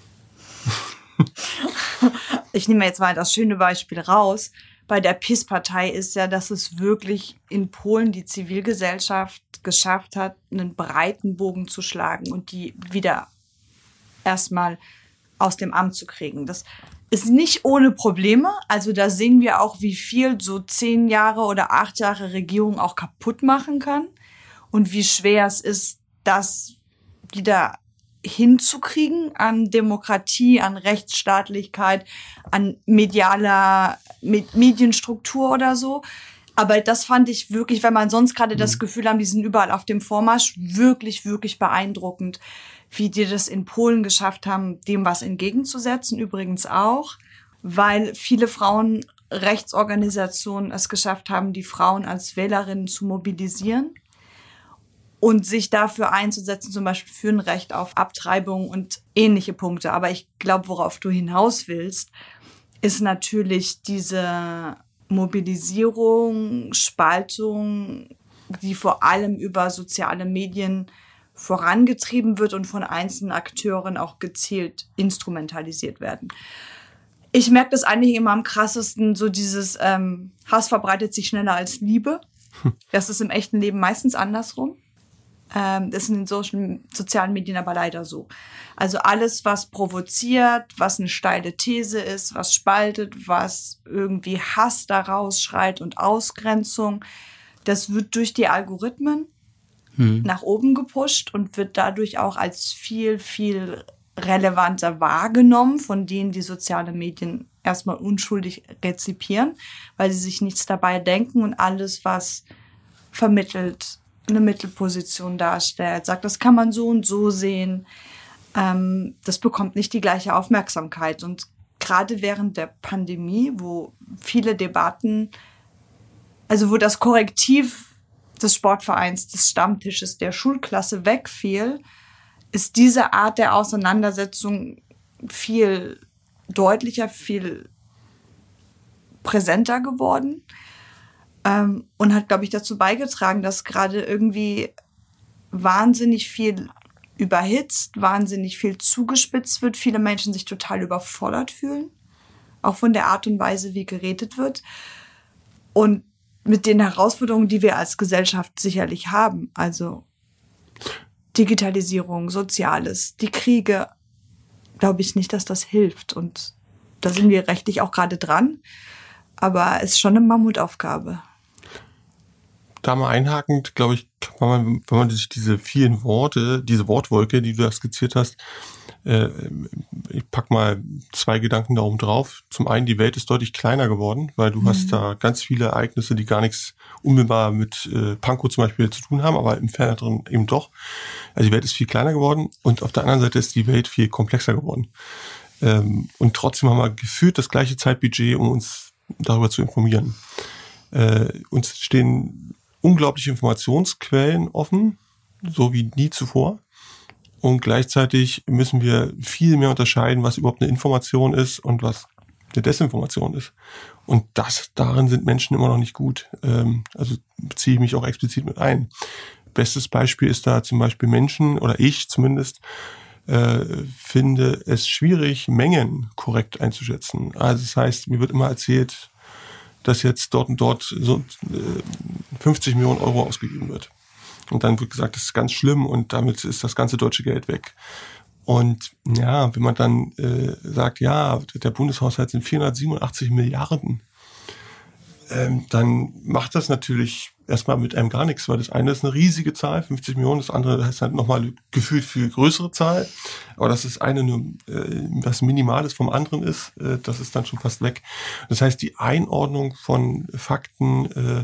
Ich nehme jetzt mal das schöne Beispiel raus. Bei der Peace-Partei ist ja, dass es wirklich in Polen die Zivilgesellschaft geschafft hat, einen breiten Bogen zu schlagen und die wieder erstmal aus dem Amt zu kriegen. Das ist nicht ohne Probleme. Also da sehen wir auch, wie viel so zehn Jahre oder acht Jahre Regierung auch kaputt machen kann und wie schwer es ist, das wieder hinzukriegen an Demokratie, an Rechtsstaatlichkeit, an medialer Medienstruktur oder so. Aber das fand ich wirklich, wenn man sonst gerade das Gefühl hat, die sind überall auf dem Vormarsch, wirklich, wirklich beeindruckend, wie die das in Polen geschafft haben, dem was entgegenzusetzen. Übrigens auch, weil viele Frauenrechtsorganisationen es geschafft haben, die Frauen als Wählerinnen zu mobilisieren und sich dafür einzusetzen, zum Beispiel für ein Recht auf Abtreibung und ähnliche Punkte. Aber ich glaube, worauf du hinaus willst, ist natürlich diese Mobilisierung, Spaltung, die vor allem über soziale Medien vorangetrieben wird und von einzelnen Akteuren auch gezielt instrumentalisiert werden. Ich merke das eigentlich immer am krassesten, so dieses ähm, Hass verbreitet sich schneller als Liebe. Das ist im echten Leben meistens andersrum. Ähm, das ist in den Social, sozialen Medien aber leider so. Also alles, was provoziert, was eine steile These ist, was spaltet, was irgendwie Hass daraus schreit und Ausgrenzung, das wird durch die Algorithmen hm. nach oben gepusht und wird dadurch auch als viel, viel relevanter wahrgenommen, von denen die sozialen Medien erstmal unschuldig rezipieren, weil sie sich nichts dabei denken und alles, was vermittelt, eine Mittelposition darstellt, sagt, das kann man so und so sehen, ähm, das bekommt nicht die gleiche Aufmerksamkeit. Und gerade während der Pandemie, wo viele Debatten, also wo das Korrektiv des Sportvereins, des Stammtisches, der Schulklasse wegfiel, ist diese Art der Auseinandersetzung viel deutlicher, viel präsenter geworden. Ähm, und hat, glaube ich, dazu beigetragen, dass gerade irgendwie wahnsinnig viel überhitzt, wahnsinnig viel zugespitzt wird, viele Menschen sich total überfordert fühlen, auch von der Art und Weise, wie geredet wird. Und mit den Herausforderungen, die wir als Gesellschaft sicherlich haben, also Digitalisierung, Soziales, die Kriege, glaube ich nicht, dass das hilft. Und da sind wir rechtlich auch gerade dran. Aber es ist schon eine Mammutaufgabe. Da mal einhakend, glaube ich, wenn man, wenn man sich diese vielen Worte, diese Wortwolke, die du da skizziert hast, äh, ich pack mal zwei Gedanken da oben drauf. Zum einen, die Welt ist deutlich kleiner geworden, weil du mhm. hast da ganz viele Ereignisse, die gar nichts unmittelbar mit äh, Pankow zum Beispiel zu tun haben, aber im Ferneren eben doch. Also die Welt ist viel kleiner geworden und auf der anderen Seite ist die Welt viel komplexer geworden. Ähm, und trotzdem haben wir gefühlt das gleiche Zeitbudget, um uns darüber zu informieren. Äh, uns stehen unglaubliche Informationsquellen offen, so wie nie zuvor. Und gleichzeitig müssen wir viel mehr unterscheiden, was überhaupt eine Information ist und was eine Desinformation ist. Und das, darin sind Menschen immer noch nicht gut. Ähm, also beziehe ich mich auch explizit mit ein. Bestes Beispiel ist da zum Beispiel Menschen, oder ich zumindest, äh, finde es schwierig, Mengen korrekt einzuschätzen. Also das heißt, mir wird immer erzählt, dass jetzt dort und dort so äh, fünfzig Millionen Euro ausgegeben wird. Und dann wird gesagt, das ist ganz schlimm und damit ist das ganze deutsche Geld weg. Und ja, wenn man dann äh, sagt, ja, der Bundeshaushalt sind vierhundertsiebenundachtzig Milliarden, ähm, dann macht das natürlich erstmal mit einem gar nichts, weil das eine ist eine riesige Zahl, fünfzig Millionen, das andere heißt halt nochmal gefühlt viel größere Zahl. Aber das ist eine nur, äh, was Minimales vom anderen ist, äh, das ist dann schon fast weg. Das heißt, die Einordnung von Fakten, äh,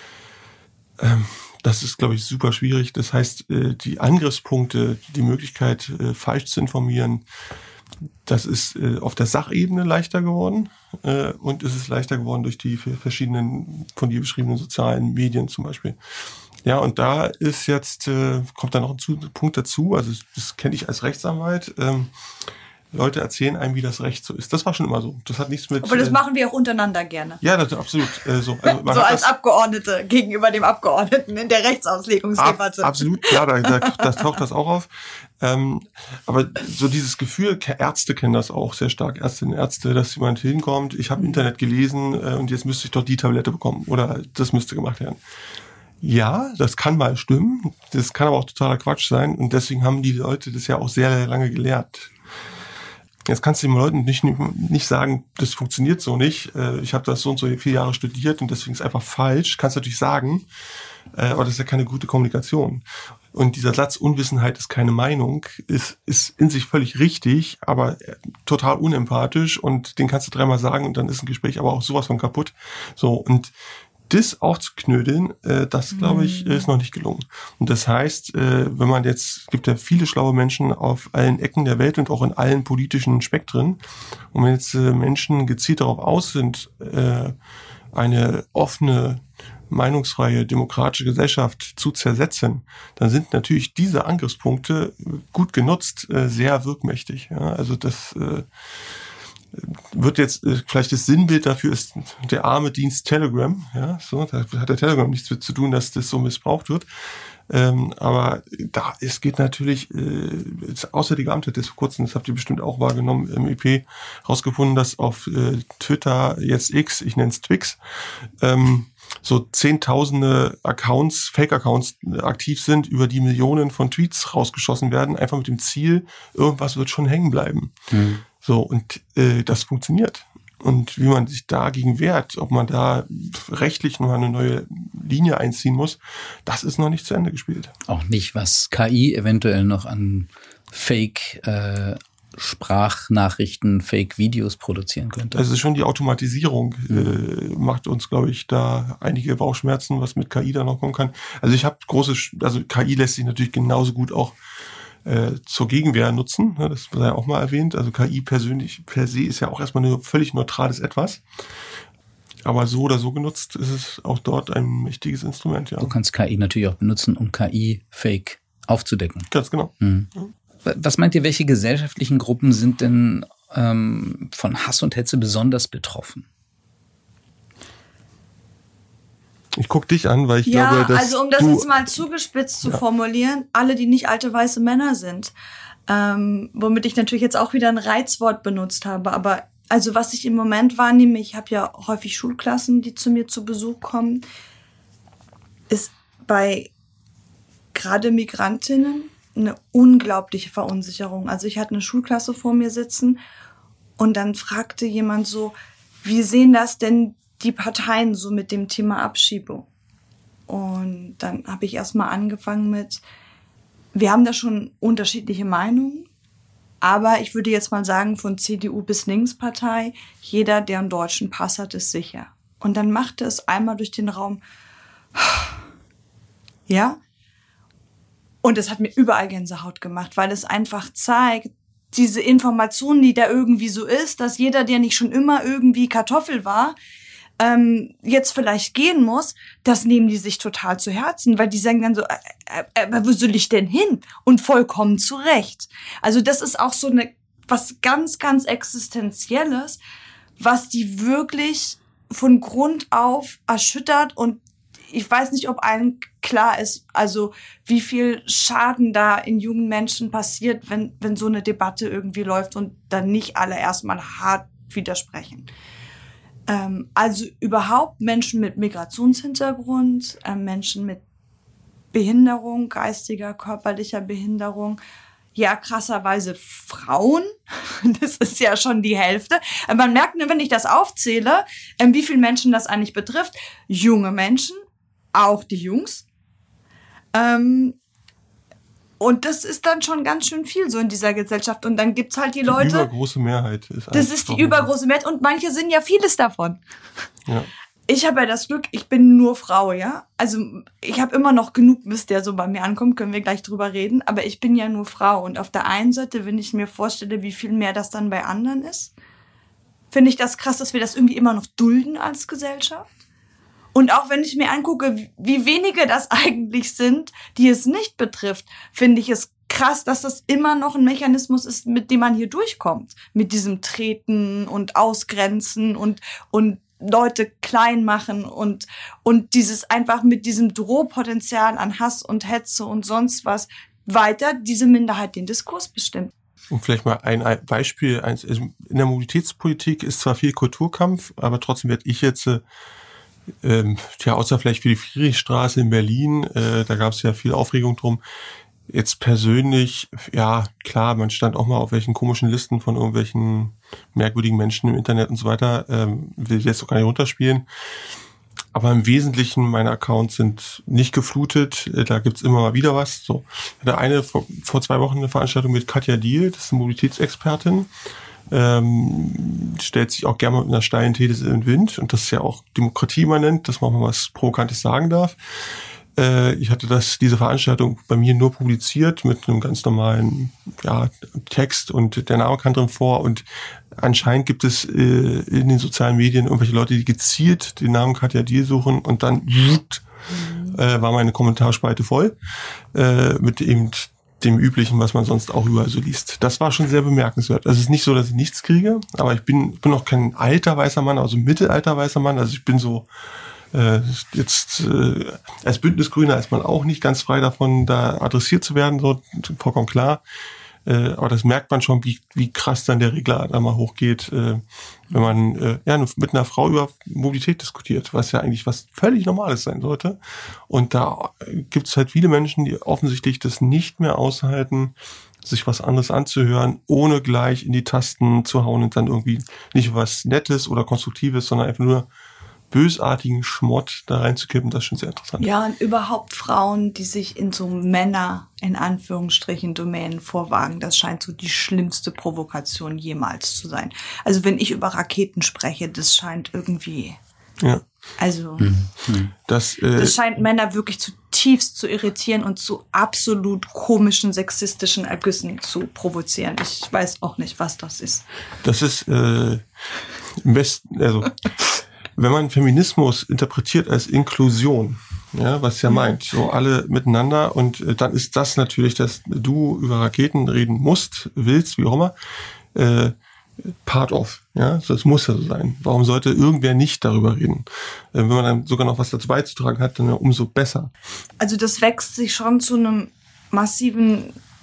ähm, das ist, glaube ich, super schwierig. Das heißt, die Angriffspunkte, die Möglichkeit, falsch zu informieren, das ist auf der Sachebene leichter geworden. Und es ist leichter geworden durch die verschiedenen von dir beschriebenen sozialen Medien zum Beispiel. Ja, und da ist jetzt, kommt da noch ein Punkt dazu, also das kenne ich als Rechtsanwalt, Leute erzählen einem, wie das Recht so ist. Das war schon immer so. Das hat nichts mit. Aber das äh, machen wir auch untereinander gerne. Ja, das absolut. Äh, so also so als Abgeordnete gegenüber dem Abgeordneten in der Rechtsauslegungsdebatte. Ab, absolut, klar, da, da, da taucht das auch auf. Ähm, aber so dieses Gefühl, Ärzte kennen das auch sehr stark, Ärztinnen, Ärzte, dass jemand hinkommt, ich habe im Internet gelesen äh, und jetzt müsste ich doch die Tablette bekommen oder das müsste gemacht werden. Ja, das kann mal stimmen. Das kann aber auch totaler Quatsch sein und deswegen haben die Leute das ja auch sehr lange gelehrt. Jetzt kannst du den Leuten nicht, nicht sagen, das funktioniert so nicht. Ich habe das so und so vier Jahre studiert und deswegen ist es einfach falsch. Kannst du natürlich sagen, aber das ist ja keine gute Kommunikation. Und dieser Satz, Unwissenheit ist keine Meinung, ist, ist in sich völlig richtig, aber total unempathisch und den kannst du dreimal sagen und dann ist ein Gespräch aber auch sowas von kaputt. So, und das aufzuknödeln, äh, das, glaube ich, ist noch nicht gelungen. Und das heißt, äh, wenn man jetzt, es gibt ja viele schlaue Menschen auf allen Ecken der Welt und auch in allen politischen Spektren. Und wenn jetzt äh, Menschen gezielt darauf aus sind, äh, eine offene, meinungsfreie, demokratische Gesellschaft zu zersetzen, dann sind natürlich diese Angriffspunkte gut genutzt, äh, sehr wirkmächtig. Ja? Also das äh, wird jetzt, vielleicht das Sinnbild dafür ist der arme Dienst Telegram, ja, so, da hat der Telegram nichts mit zu tun, dass das so missbraucht wird. Ähm, aber da, es geht natürlich, äh, das Auswärtige Amt hat das vor kurzem, das habt ihr bestimmt auch wahrgenommen, im E P rausgefunden, dass auf äh, Twitter, jetzt X, ich nenne es Twix, ähm, so zehntausende Accounts, Fake-Accounts aktiv sind, über die Millionen von Tweets rausgeschossen werden, einfach mit dem Ziel, irgendwas wird schon hängen bleiben. Mhm. So, und äh, das funktioniert. Und wie man sich dagegen wehrt, ob man da rechtlich noch eine neue Linie einziehen muss, das ist noch nicht zu Ende gespielt. Auch nicht, was K I eventuell noch an Fake äh, Sprachnachrichten, Fake-Videos produzieren könnte. Also schon die Automatisierung mhm. äh, macht uns, glaube ich, da einige Bauchschmerzen, was mit K I da noch kommen kann. Also ich habe große, also K I lässt sich natürlich genauso gut auch äh, zur Gegenwehr nutzen. Ne? Das war ja auch mal erwähnt. Also K I persönlich per se ist ja auch erstmal ein völlig neutrales Etwas. Aber so oder so genutzt ist es auch dort ein mächtiges Instrument. Ja. Du kannst K I natürlich auch benutzen, um K I-Fake aufzudecken. Ganz genau. Mhm. Ja. Was meint ihr, welche gesellschaftlichen Gruppen sind denn ähm, von Hass und Hetze besonders betroffen? Ich guck dich an, weil ich ja, glaube, dass also um das du, jetzt mal zugespitzt zu ja. formulieren, alle, die nicht alte weiße Männer sind, ähm, womit ich natürlich jetzt auch wieder ein Reizwort benutzt habe, aber also was ich im Moment wahrnehme, ich habe ja häufig Schulklassen, die zu mir zu Besuch kommen, ist bei gerade Migrantinnen eine unglaubliche Verunsicherung. Also ich hatte eine Schulklasse vor mir sitzen und dann fragte jemand so, wie sehen das denn die Parteien so mit dem Thema Abschiebung? Und dann habe ich erstmal angefangen mit, wir haben da schon unterschiedliche Meinungen, aber ich würde jetzt mal sagen, von C D U bis Linkspartei, jeder, der einen deutschen Pass hat, ist sicher. Und dann machte es einmal durch den Raum, ja, und es hat mir überall Gänsehaut gemacht, weil es einfach zeigt, diese Information, die da irgendwie so ist, dass jeder, der nicht schon immer irgendwie Kartoffel war, ähm, jetzt vielleicht gehen muss, das nehmen die sich total zu Herzen, weil die sagen dann so, äh, äh, wo soll ich denn hin? Und vollkommen zu Recht. Also das ist auch so eine was ganz, ganz Existenzielles, was die wirklich von Grund auf erschüttert. Und ich weiß nicht, ob allen klar ist, also wie viel Schaden da in jungen Menschen passiert, wenn, wenn so eine Debatte irgendwie läuft und dann nicht alle erstmal hart widersprechen. Ähm, also überhaupt Menschen mit Migrationshintergrund, äh, Menschen mit Behinderung, geistiger, körperlicher Behinderung, ja, krasserweise Frauen, das ist ja schon die Hälfte. Man merkt nur, wenn ich das aufzähle, ähm, wie viele Menschen das eigentlich betrifft. Junge Menschen, auch die Jungs. Ähm, und das ist dann schon ganz schön viel so in dieser Gesellschaft. Und dann gibt's halt die, die Leute. Die übergroße Mehrheit ist Das ist die übergroße Mehrheit. Und manche sind ja vieles davon. Ja. Ich habe ja das Glück, ich bin nur Frau, ja. Also ich habe immer noch genug Mist, der so bei mir ankommt, können wir gleich drüber reden. Aber ich bin ja nur Frau. Und auf der einen Seite, wenn ich mir vorstelle, wie viel mehr das dann bei anderen ist, finde ich das krass, dass wir das irgendwie immer noch dulden als Gesellschaft. Und auch wenn ich mir angucke, wie wenige das eigentlich sind, die es nicht betrifft, finde ich es krass, dass das immer noch ein Mechanismus ist, mit dem man hier durchkommt. Mit diesem Treten und Ausgrenzen und, und Leute klein machen und, und dieses einfach mit diesem Drohpotenzial an Hass und Hetze und sonst was weiter diese Minderheit den Diskurs bestimmt. Und vielleicht mal ein Beispiel. In der Mobilitätspolitik ist zwar viel Kulturkampf, aber trotzdem werde ich jetzt, ähm, ja, außer vielleicht für die Friedrichstraße in Berlin, äh, da gab es ja viel Aufregung drum. Jetzt persönlich, ja, klar, man stand auch mal auf welchen komischen Listen von irgendwelchen merkwürdigen Menschen im Internet und so weiter, ähm, will ich jetzt auch gar nicht runterspielen. Aber im Wesentlichen, meine Accounts sind nicht geflutet, da gibt's immer mal wieder was. So, ich hatte eine vor, vor zwei Wochen eine Veranstaltung mit Katja Diehl, das ist eine Mobilitätsexpertin, ähm, stellt sich auch gerne mal mit einer steilen These in den Wind, und das ist ja auch Demokratie immanent, dass man mal was Provokantes sagen darf. Ich hatte das, diese Veranstaltung bei mir nur publiziert mit einem ganz normalen, ja, Text, und der Name kam drin vor, und anscheinend gibt es äh, in den sozialen Medien irgendwelche Leute, die gezielt den Namen Katja Diehl suchen, und dann mhm. äh, war meine Kommentarspalte voll äh, mit eben dem Üblichen, was man sonst auch überall so liest. Das war schon sehr bemerkenswert. Also es ist nicht so, dass ich nichts kriege, aber ich bin, bin noch kein alter weißer Mann, also mittelalter weißer Mann, also ich bin so Äh, jetzt äh, als Bündnisgrüner ist man auch nicht ganz frei davon, da adressiert zu werden, so vollkommen klar. Äh, aber das merkt man schon, wie wie krass dann der Regler da mal hochgeht, äh, wenn man äh, ja mit einer Frau über Mobilität diskutiert, was ja eigentlich was völlig Normales sein sollte. Und da gibt es halt viele Menschen, die offensichtlich das nicht mehr aushalten, sich was anderes anzuhören, ohne gleich in die Tasten zu hauen und dann irgendwie nicht was Nettes oder Konstruktives, sondern einfach nur bösartigen Schmott da reinzukippen, das ist schon sehr interessant. Ja, und überhaupt Frauen, die sich in so Männer, in Anführungsstrichen, Domänen vorwagen, das scheint so die schlimmste Provokation jemals zu sein. Also wenn ich über Raketen spreche, das scheint irgendwie, ja. also mhm. das, äh, das scheint Männer wirklich zutiefst zu irritieren und zu absolut komischen, sexistischen Ergüssen zu provozieren. Ich weiß auch nicht, was das ist. Das ist äh, im besten, also wenn man Feminismus interpretiert als Inklusion, ja, was ja meint, so alle miteinander, und äh, dann ist das natürlich, dass du über Raketen reden musst, willst, wie auch immer, äh, part of, ja, das muss ja so sein. Warum sollte irgendwer nicht darüber reden? Äh, wenn man dann sogar noch was dazu beizutragen hat, dann ja umso besser. Also das wächst sich schon zu einem massiven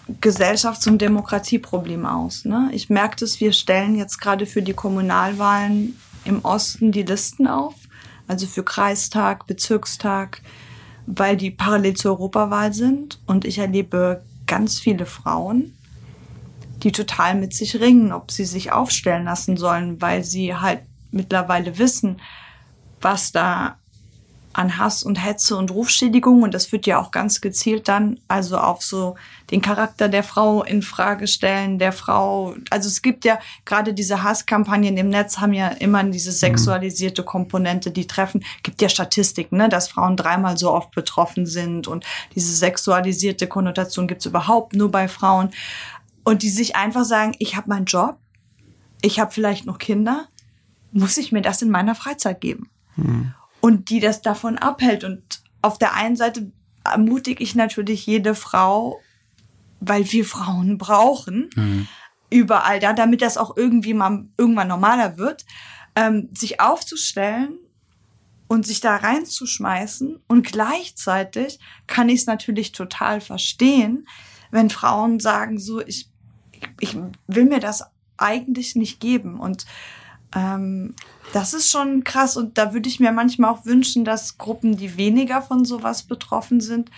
Gesellschafts- und Demokratieproblem aus. Ne? Ich merke das, wir stellen jetzt gerade für die Kommunalwahlen im Osten die Listen auf, also für Kreistag, Bezirkstag, weil die parallel zur Europawahl sind. Und ich erlebe ganz viele Frauen, die total mit sich ringen, ob sie sich aufstellen lassen sollen, weil sie halt mittlerweile wissen, was da an Hass und Hetze und Rufschädigung, und das wird ja auch ganz gezielt dann also auf so den Charakter der Frau in Frage stellen, der Frau, also es gibt ja gerade diese Hasskampagnen im Netz haben ja immer diese sexualisierte Komponente, die treffen, gibt ja Statistiken, ne, dass Frauen dreimal so oft betroffen sind, und diese sexualisierte Konnotation gibt's überhaupt nur bei Frauen, und die sich einfach sagen, ich habe meinen Job, ich habe vielleicht noch Kinder, muss ich mir das in meiner Freizeit geben? Mhm. Und die das davon abhält. Und auf der einen Seite ermutige ich natürlich jede Frau, weil wir Frauen brauchen, mhm. überall da, damit das auch irgendwie mal irgendwann normaler wird, ähm, sich aufzustellen und sich da reinzuschmeißen. Und gleichzeitig kann ich es natürlich total verstehen, wenn Frauen sagen, so, ich, ich will mir das eigentlich nicht geben. Und ähm, das ist schon krass, und da würde ich mir manchmal auch wünschen, dass Gruppen, die weniger von sowas betroffen sind,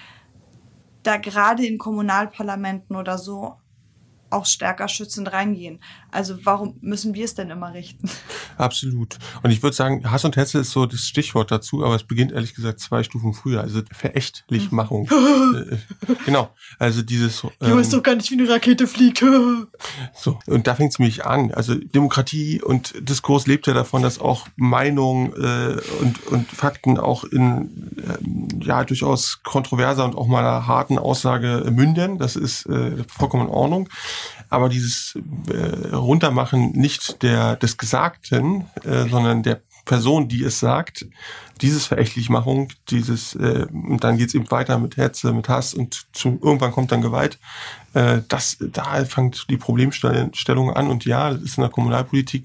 da gerade in Kommunalparlamenten oder so auch stärker schützend reingehen. Also warum müssen wir es denn immer richten? Absolut. Und ich würde sagen, Hass und Hetze ist so das Stichwort dazu, aber es beginnt ehrlich gesagt zwei Stufen früher, also Verächtlichmachung. Genau, also dieses... Du ähm, weißt doch gar nicht, wie eine Rakete fliegt. So, und da fängt es mich an. Also Demokratie und Diskurs lebt ja davon, dass auch Meinung äh, und, und Fakten auch in äh, ja durchaus kontroverser und auch mal einer harten Aussage münden. Das ist äh, vollkommen in Ordnung. Aber dieses äh, Runtermachen nicht der des Gesagten, äh, sondern der Person, die es sagt, dieses Verächtlichmachung, dieses äh, und dann geht's eben weiter mit Hetze, mit Hass, und zu, irgendwann kommt dann Gewalt. Äh, das da fängt die Problemstellung an, und ja, das ist in der Kommunalpolitik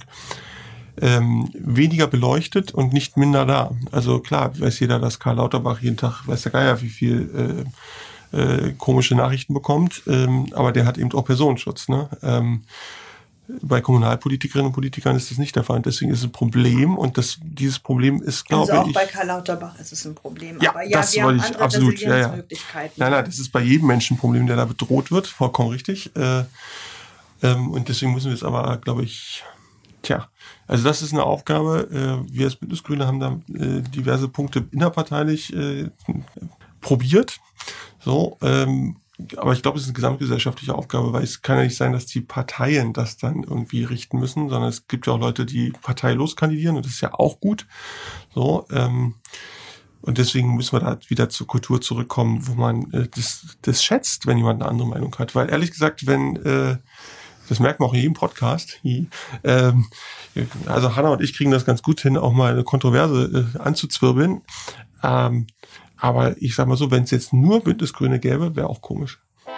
ähm, weniger beleuchtet und nicht minder da. Also klar, weiß jeder, dass Karl Lauterbach jeden Tag, weiß der Geier, wie viel äh, Äh, komische Nachrichten bekommt, ähm, aber der hat eben auch Personenschutz. Ne? Ähm, bei Kommunalpolitikerinnen und Politikern ist das nicht der Fall. Und deswegen ist es ein Problem, und das, dieses Problem ist, glaube ich... Also auch ich, bei Karl Lauterbach ist es ein Problem. Ja, aber ja, das wir wollte haben ich andere absolut. Ja, ja. Resilienzmöglichkeiten. Nein, nein, das ist bei jedem Menschen ein Problem, der da bedroht wird, vollkommen richtig. Äh, ähm, und deswegen müssen wir es aber, glaube ich... Tja, also das ist eine Aufgabe. Äh, wir als Bündnisgrüne haben da äh, diverse Punkte innerparteilich äh, probiert. So, ähm, aber ich glaube, es ist eine gesamtgesellschaftliche Aufgabe, weil es kann ja nicht sein, dass die Parteien das dann irgendwie richten müssen, sondern es gibt ja auch Leute, die parteilos kandidieren, und das ist ja auch gut. So, ähm, und deswegen müssen wir da wieder zur Kultur zurückkommen, wo man äh, das, das schätzt, wenn jemand eine andere Meinung hat. Weil ehrlich gesagt, wenn äh, das merkt man auch in jedem Podcast. Ähm, also Hanna und ich kriegen das ganz gut hin, auch mal eine Kontroverse äh, anzuzwirbeln. Ähm, aber ich sag mal so, wenn es jetzt nur Bündnisgrüne gäbe, wäre auch komisch.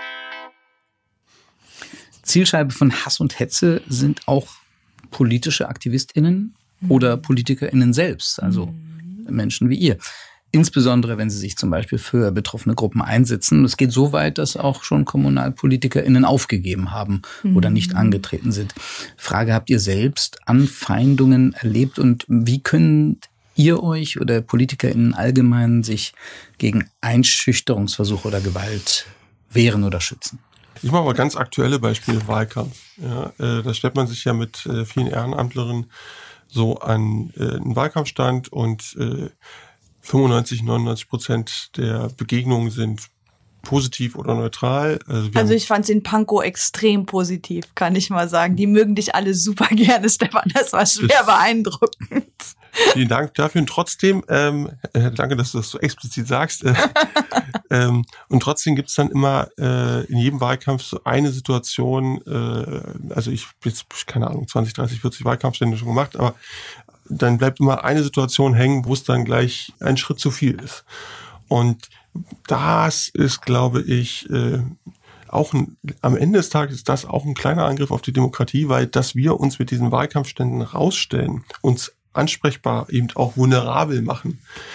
Zielscheibe von Hass und Hetze sind auch politische AktivistInnen mhm. oder PolitikerInnen selbst, also mhm. Menschen wie ihr. Insbesondere, wenn sie sich zum Beispiel für betroffene Gruppen einsetzen. Es geht so weit, dass auch schon KommunalpolitikerInnen aufgegeben haben mhm. oder nicht angetreten sind. Frage, habt ihr selbst Anfeindungen erlebt, und wie könnt ihr euch oder PolitikerInnen allgemein sich gegen Einschüchterungsversuche oder Gewalt wehren oder schützen? Ich mache mal ganz aktuelle Beispiele, Wahlkampf. Ja, äh, da stellt man sich ja mit äh, vielen Ehrenamtlerinnen so an äh, einen Wahlkampfstand, und äh, fünfundneunzig, neunundneunzig Prozent der Begegnungen sind positiv oder neutral. Also, also ich fand es in Pankow extrem positiv, kann ich mal sagen. Die mögen dich alle super gerne, Stefan. Das war schwer beeindruckend. Vielen Dank dafür. Und trotzdem, ähm, äh, danke, dass du das so explizit sagst. Äh, ähm, und trotzdem gibt's dann immer äh, in jedem Wahlkampf so eine Situation, äh, also ich habe jetzt, keine Ahnung, zwanzig, dreißig, vierzig Wahlkampfstände schon gemacht, aber dann bleibt immer eine Situation hängen, wo es dann gleich ein Schritt zu viel ist. Und das ist, glaube ich, äh, auch ein, am Ende des Tages ist das auch ein kleiner Angriff auf die Demokratie, weil dass wir uns mit diesen Wahlkampfständen rausstellen, uns ansprechbar, eben auch vulnerabel machen,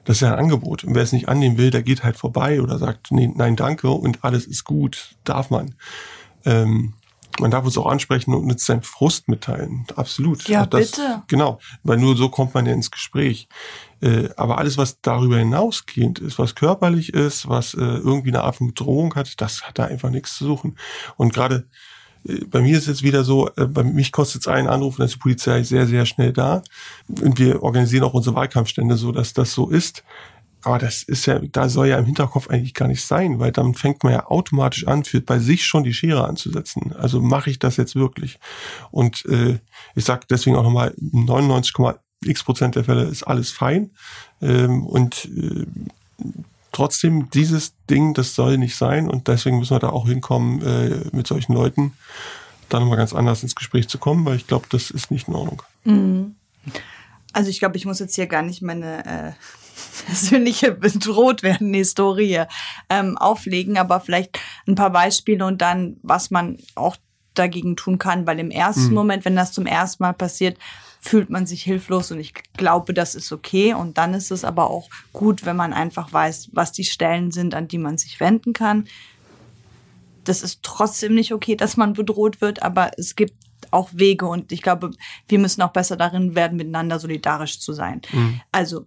Das ist ja ein Angebot. Und wer es nicht annehmen will, der geht halt vorbei oder sagt, nee, nein, danke und alles ist gut, darf man. Ähm, man darf uns auch ansprechen und uns seinen Frust mitteilen. Absolut. Ja, das, bitte. Genau, weil nur so kommt man ja ins Gespräch. Äh, aber alles, was darüber hinausgehend ist, was körperlich ist, was äh, irgendwie eine Art von Bedrohung hat, das hat da einfach nichts zu suchen. Und gerade äh, bei mir ist es jetzt wieder so, äh, bei mich kostet es einen Anruf und dann ist die Polizei sehr, sehr schnell da. Und wir organisieren auch unsere Wahlkampfstände so, dass das so ist. Aber das ist ja, da soll ja im Hinterkopf eigentlich gar nicht sein, weil dann fängt man ja automatisch an, für bei sich schon die Schere anzusetzen. Also mache ich das jetzt wirklich? Und äh, ich sage deswegen auch nochmal, neunundneunzig Komma x Prozent der Fälle ist alles fein. Ähm, und äh, trotzdem, dieses Ding, das soll nicht sein. Und deswegen müssen wir da auch hinkommen, äh, mit solchen Leuten da nochmal ganz anders ins Gespräch zu kommen, weil ich glaube, das ist nicht in Ordnung. Mhm. Also ich glaube, ich muss jetzt hier gar nicht meine äh, persönliche bedroht werden Historie ähm, auflegen, aber vielleicht ein paar Beispiele und dann, was man auch dagegen tun kann, weil im ersten mhm. Moment, wenn das zum ersten Mal passiert, fühlt man sich hilflos und ich glaube, das ist okay und dann ist es aber auch gut, wenn man einfach weiß, was die Stellen sind, an die man sich wenden kann. Das ist trotzdem nicht okay, dass man bedroht wird, aber es gibt auch Wege und ich glaube, wir müssen auch besser darin werden, miteinander solidarisch zu sein. Mhm. Also,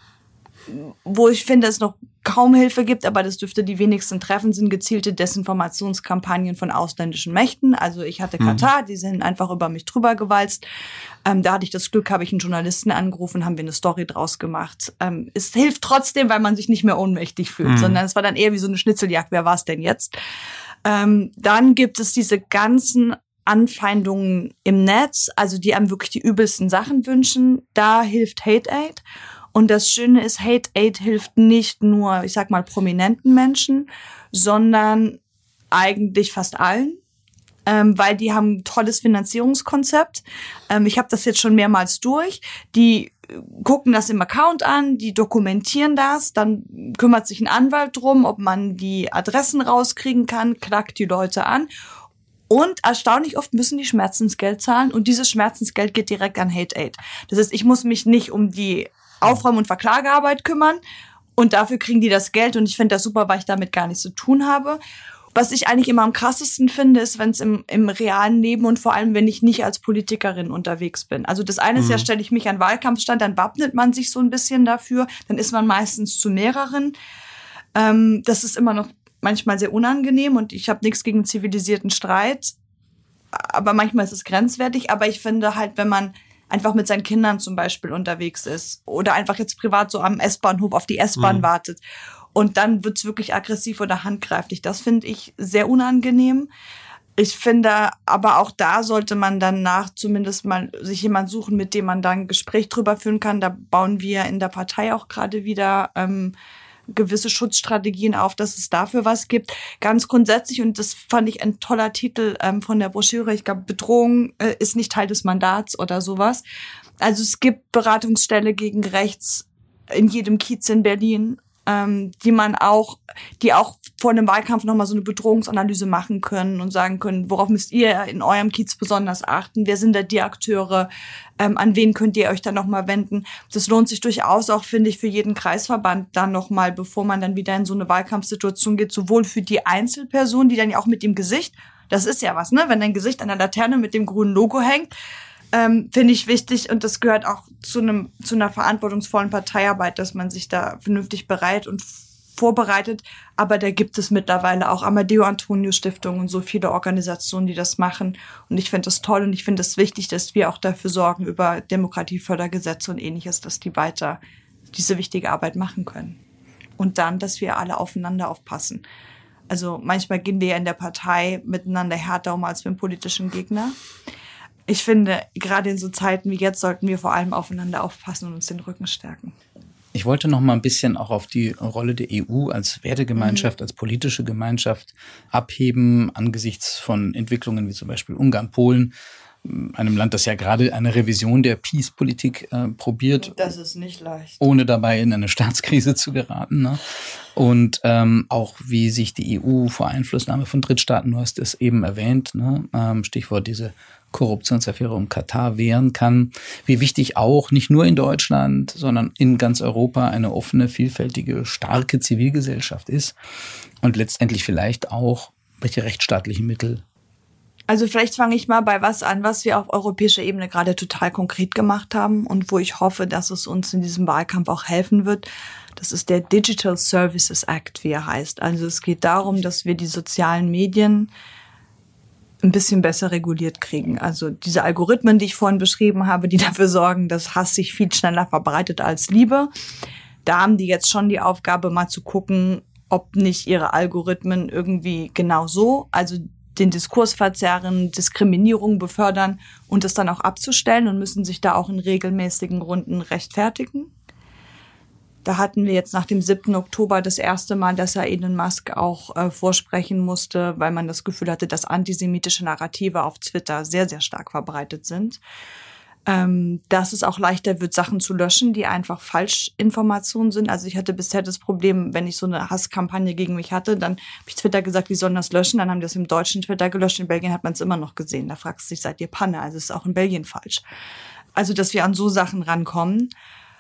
wo ich finde, es noch kaum Hilfe gibt, aber das dürfte die wenigsten treffen, sind gezielte Desinformationskampagnen von ausländischen Mächten. Also ich hatte Katar, mhm. die sind einfach über mich drüber gewalzt. Ähm, da hatte ich das Glück, habe ich einen Journalisten angerufen, haben wir eine Story draus gemacht. Ähm, es hilft trotzdem, weil man sich nicht mehr ohnmächtig fühlt, mhm. sondern es war dann eher wie so eine Schnitzeljagd. Wer war es denn jetzt? Ähm, dann gibt es diese ganzen Anfeindungen im Netz, also die einem wirklich die übelsten Sachen wünschen. Da hilft Hate Aid. Und das Schöne ist, Hate Aid hilft nicht nur, ich sag mal, prominenten Menschen, sondern eigentlich fast allen, ähm, weil die haben ein tolles Finanzierungskonzept. Ähm, ich habe das jetzt schon mehrmals durch. Die gucken das im Account an, die dokumentieren das, dann kümmert sich ein Anwalt drum, ob man die Adressen rauskriegen kann, klagt die Leute an. Und erstaunlich oft müssen die Schmerzensgeld zahlen und dieses Schmerzensgeld geht direkt an Hate Aid. Das heißt, ich muss mich nicht um die Aufräumen- und Verklagearbeit kümmern und dafür kriegen die das Geld und ich finde das super, weil ich damit gar nichts zu tun habe. Was ich eigentlich immer am krassesten finde, ist, wenn es im, im realen Leben und vor allem, wenn ich nicht als Politikerin unterwegs bin. Also das eine ist mhm. ja, stelle ich mich an Wahlkampfstand, dann wappnet man sich so ein bisschen dafür, dann ist man meistens zu mehreren. Ähm, das ist immer noch manchmal sehr unangenehm und ich habe nichts gegen zivilisierten Streit, aber manchmal ist es grenzwertig. Aber ich finde halt, wenn man einfach mit seinen Kindern zum Beispiel unterwegs ist oder einfach jetzt privat so am S-Bahnhof auf die S-Bahn mhm. wartet und dann wird's wirklich aggressiv oder handgreiflich. Das finde ich sehr unangenehm. Ich finde, aber auch da sollte man danach zumindest mal sich jemand suchen, mit dem man dann ein Gespräch drüber führen kann. Da bauen wir in der Partei auch gerade wieder ähm, gewisse Schutzstrategien auf, dass es dafür was gibt. Ganz grundsätzlich, und das fand ich ein toller Titel ähm, von der Broschüre, ich glaube, Bedrohung äh, ist nicht Teil des Mandats oder sowas. Also es gibt Beratungsstelle gegen Rechts in jedem Kiez in Berlin, ähm, die man auch, die auch vor einem Wahlkampf nochmal so eine Bedrohungsanalyse machen können und sagen können, worauf müsst ihr in eurem Kiez besonders achten? Wer sind da die Akteure? Ähm, an wen könnt ihr euch dann nochmal wenden? Das lohnt sich durchaus auch, finde ich, für jeden Kreisverband dann nochmal, bevor man dann wieder in so eine Wahlkampfsituation geht, sowohl für die Einzelperson, die dann ja auch mit dem Gesicht, das ist ja was, ne? Wenn dein Gesicht an der Laterne mit dem grünen Logo hängt, ähm, finde ich wichtig und das gehört auch zu einem zu einer verantwortungsvollen Parteiarbeit, dass man sich da vernünftig bereit und vorbereitet, aber da gibt es mittlerweile auch Amadeo Antonio Stiftung und so viele Organisationen, die das machen und ich finde das toll und ich finde es wichtig, dass wir auch dafür sorgen über Demokratiefördergesetze und ähnliches, dass die weiter diese wichtige Arbeit machen können und dann, dass wir alle aufeinander aufpassen. Also manchmal gehen wir ja in der Partei miteinander härter um als mit dem politischen Gegner. Ich finde, gerade in so Zeiten wie jetzt sollten wir vor allem aufeinander aufpassen und uns den Rücken stärken. Ich wollte noch mal ein bisschen auch auf die Rolle der E U als Wertegemeinschaft, mhm. als politische Gemeinschaft abheben angesichts von Entwicklungen wie zum Beispiel Ungarn, Polen, einem Land, das ja gerade eine Revision der Peace-Politik äh, probiert. Das ist nicht leicht. Ohne dabei in eine Staatskrise zu geraten. Ne? Und ähm, auch wie sich die E U vor Einflussnahme von Drittstaaten, du hast es eben erwähnt, ne? ähm, Stichwort diese Korruptionsaffäre um Katar wehren kann, wie wichtig auch nicht nur in Deutschland, sondern in ganz Europa eine offene, vielfältige, starke Zivilgesellschaft ist und letztendlich vielleicht auch, welche rechtsstaatlichen Mittel. Also vielleicht fange ich mal bei was an, was wir auf europäischer Ebene gerade total konkret gemacht haben und wo ich hoffe, dass es uns in diesem Wahlkampf auch helfen wird. Das ist der Digital Services Act, wie er heißt. Also es geht darum, dass wir die sozialen Medien ein bisschen besser reguliert kriegen. Also diese Algorithmen, die ich vorhin beschrieben habe, die dafür sorgen, dass Hass sich viel schneller verbreitet als Liebe. Da haben die jetzt schon die Aufgabe, mal zu gucken, ob nicht ihre Algorithmen irgendwie genau so, also den Diskurs verzerren, Diskriminierung befördern und es dann auch abzustellen und müssen sich da auch in regelmäßigen Runden rechtfertigen. Da hatten wir jetzt nach dem siebten Oktober das erste Mal, dass er Elon Musk auch äh, vorsprechen musste, weil man das Gefühl hatte, dass antisemitische Narrative auf Twitter sehr, sehr stark verbreitet sind. Ähm, dass es auch leichter wird, Sachen zu löschen, die einfach Falschinformationen sind. Also ich hatte bisher das Problem, wenn ich so eine Hasskampagne gegen mich hatte, dann habe ich Twitter gesagt, die sollen das löschen. Dann haben die das im deutschen Twitter gelöscht. In Belgien hat man es immer noch gesehen. Da fragst du dich, seid ihr Panne? Also es ist auch in Belgien falsch. Also dass wir an so Sachen rankommen.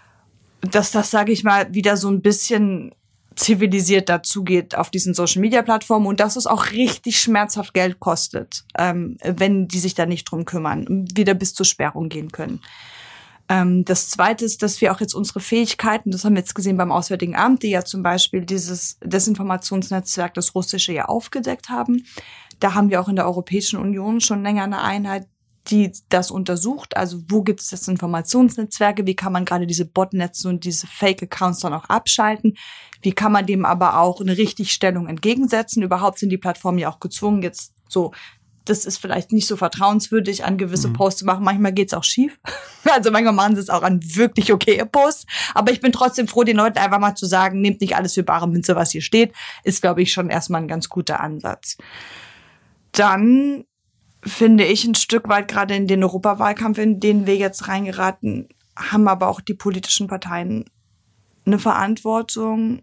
Dass das, sage ich mal, wieder so ein bisschen zivilisiert dazugeht auf diesen Social-Media-Plattformen und dass es auch richtig schmerzhaft Geld kostet, ähm, wenn die sich da nicht drum kümmern und wieder bis zur Sperrung gehen können. Ähm, das Zweite ist, dass wir auch jetzt unsere Fähigkeiten, das haben wir jetzt gesehen beim Auswärtigen Amt, die ja zum Beispiel dieses Desinformationsnetzwerk, das Russische, ja aufgedeckt haben. Da haben wir auch in der Europäischen Union schon länger eine Einheit, die das untersucht. Also wo gibt es das Informationsnetzwerke? Wie kann man gerade diese Botnetze und diese Fake-Accounts dann auch abschalten? Wie kann man dem aber auch eine Richtigstellung entgegensetzen? Überhaupt sind die Plattformen ja auch gezwungen, jetzt so, das ist vielleicht nicht so vertrauenswürdig, an gewisse mhm. Posts zu machen. Manchmal geht's auch schief. Also manchmal machen sie es auch an wirklich okaye Posts. Aber ich bin trotzdem froh, den Leuten einfach mal zu sagen, nehmt nicht alles für bare Münze, was hier steht. Ist, glaube ich, schon erstmal ein ganz guter Ansatz. Dann finde ich ein Stück weit, gerade in den Europawahlkampf, in den wir jetzt reingeraten, haben aber auch die politischen Parteien eine Verantwortung.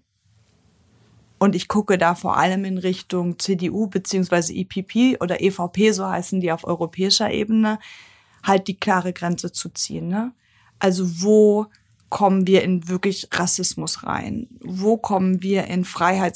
Und ich gucke da vor allem in Richtung C D U beziehungsweise E P P oder E V P, so heißen die auf europäischer Ebene, halt die klare Grenze zu ziehen. Ne? Also wo kommen wir in wirklich Rassismus rein? Wo kommen wir in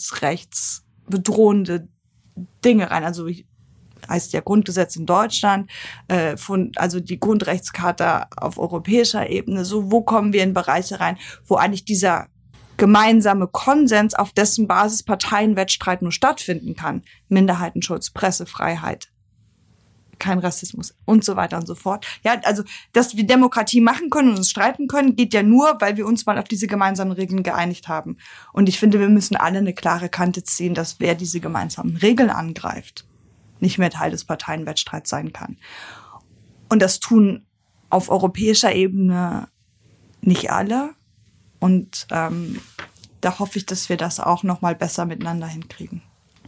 freiheitsrechtsbedrohende Dinge rein? Also heißt ja Grundgesetz in Deutschland, äh, von, also die Grundrechtscharta auf europäischer Ebene. So, wo kommen wir in Bereiche rein, wo eigentlich dieser gemeinsame Konsens, auf dessen Basis Parteienwettstreit nur stattfinden kann? Minderheitenschutz, Pressefreiheit, kein Rassismus und so weiter und so fort. Ja, also, dass wir Demokratie machen können und uns streiten können, geht ja nur, weil wir uns mal auf diese gemeinsamen Regeln geeinigt haben. Und ich finde, wir müssen alle eine klare Kante ziehen, dass wer diese gemeinsamen Regeln angreift, nicht mehr Teil des Parteienwettstreits sein kann. Und das tun auf europäischer Ebene nicht alle. Und ähm, da hoffe ich, dass wir das auch noch mal besser miteinander hinkriegen.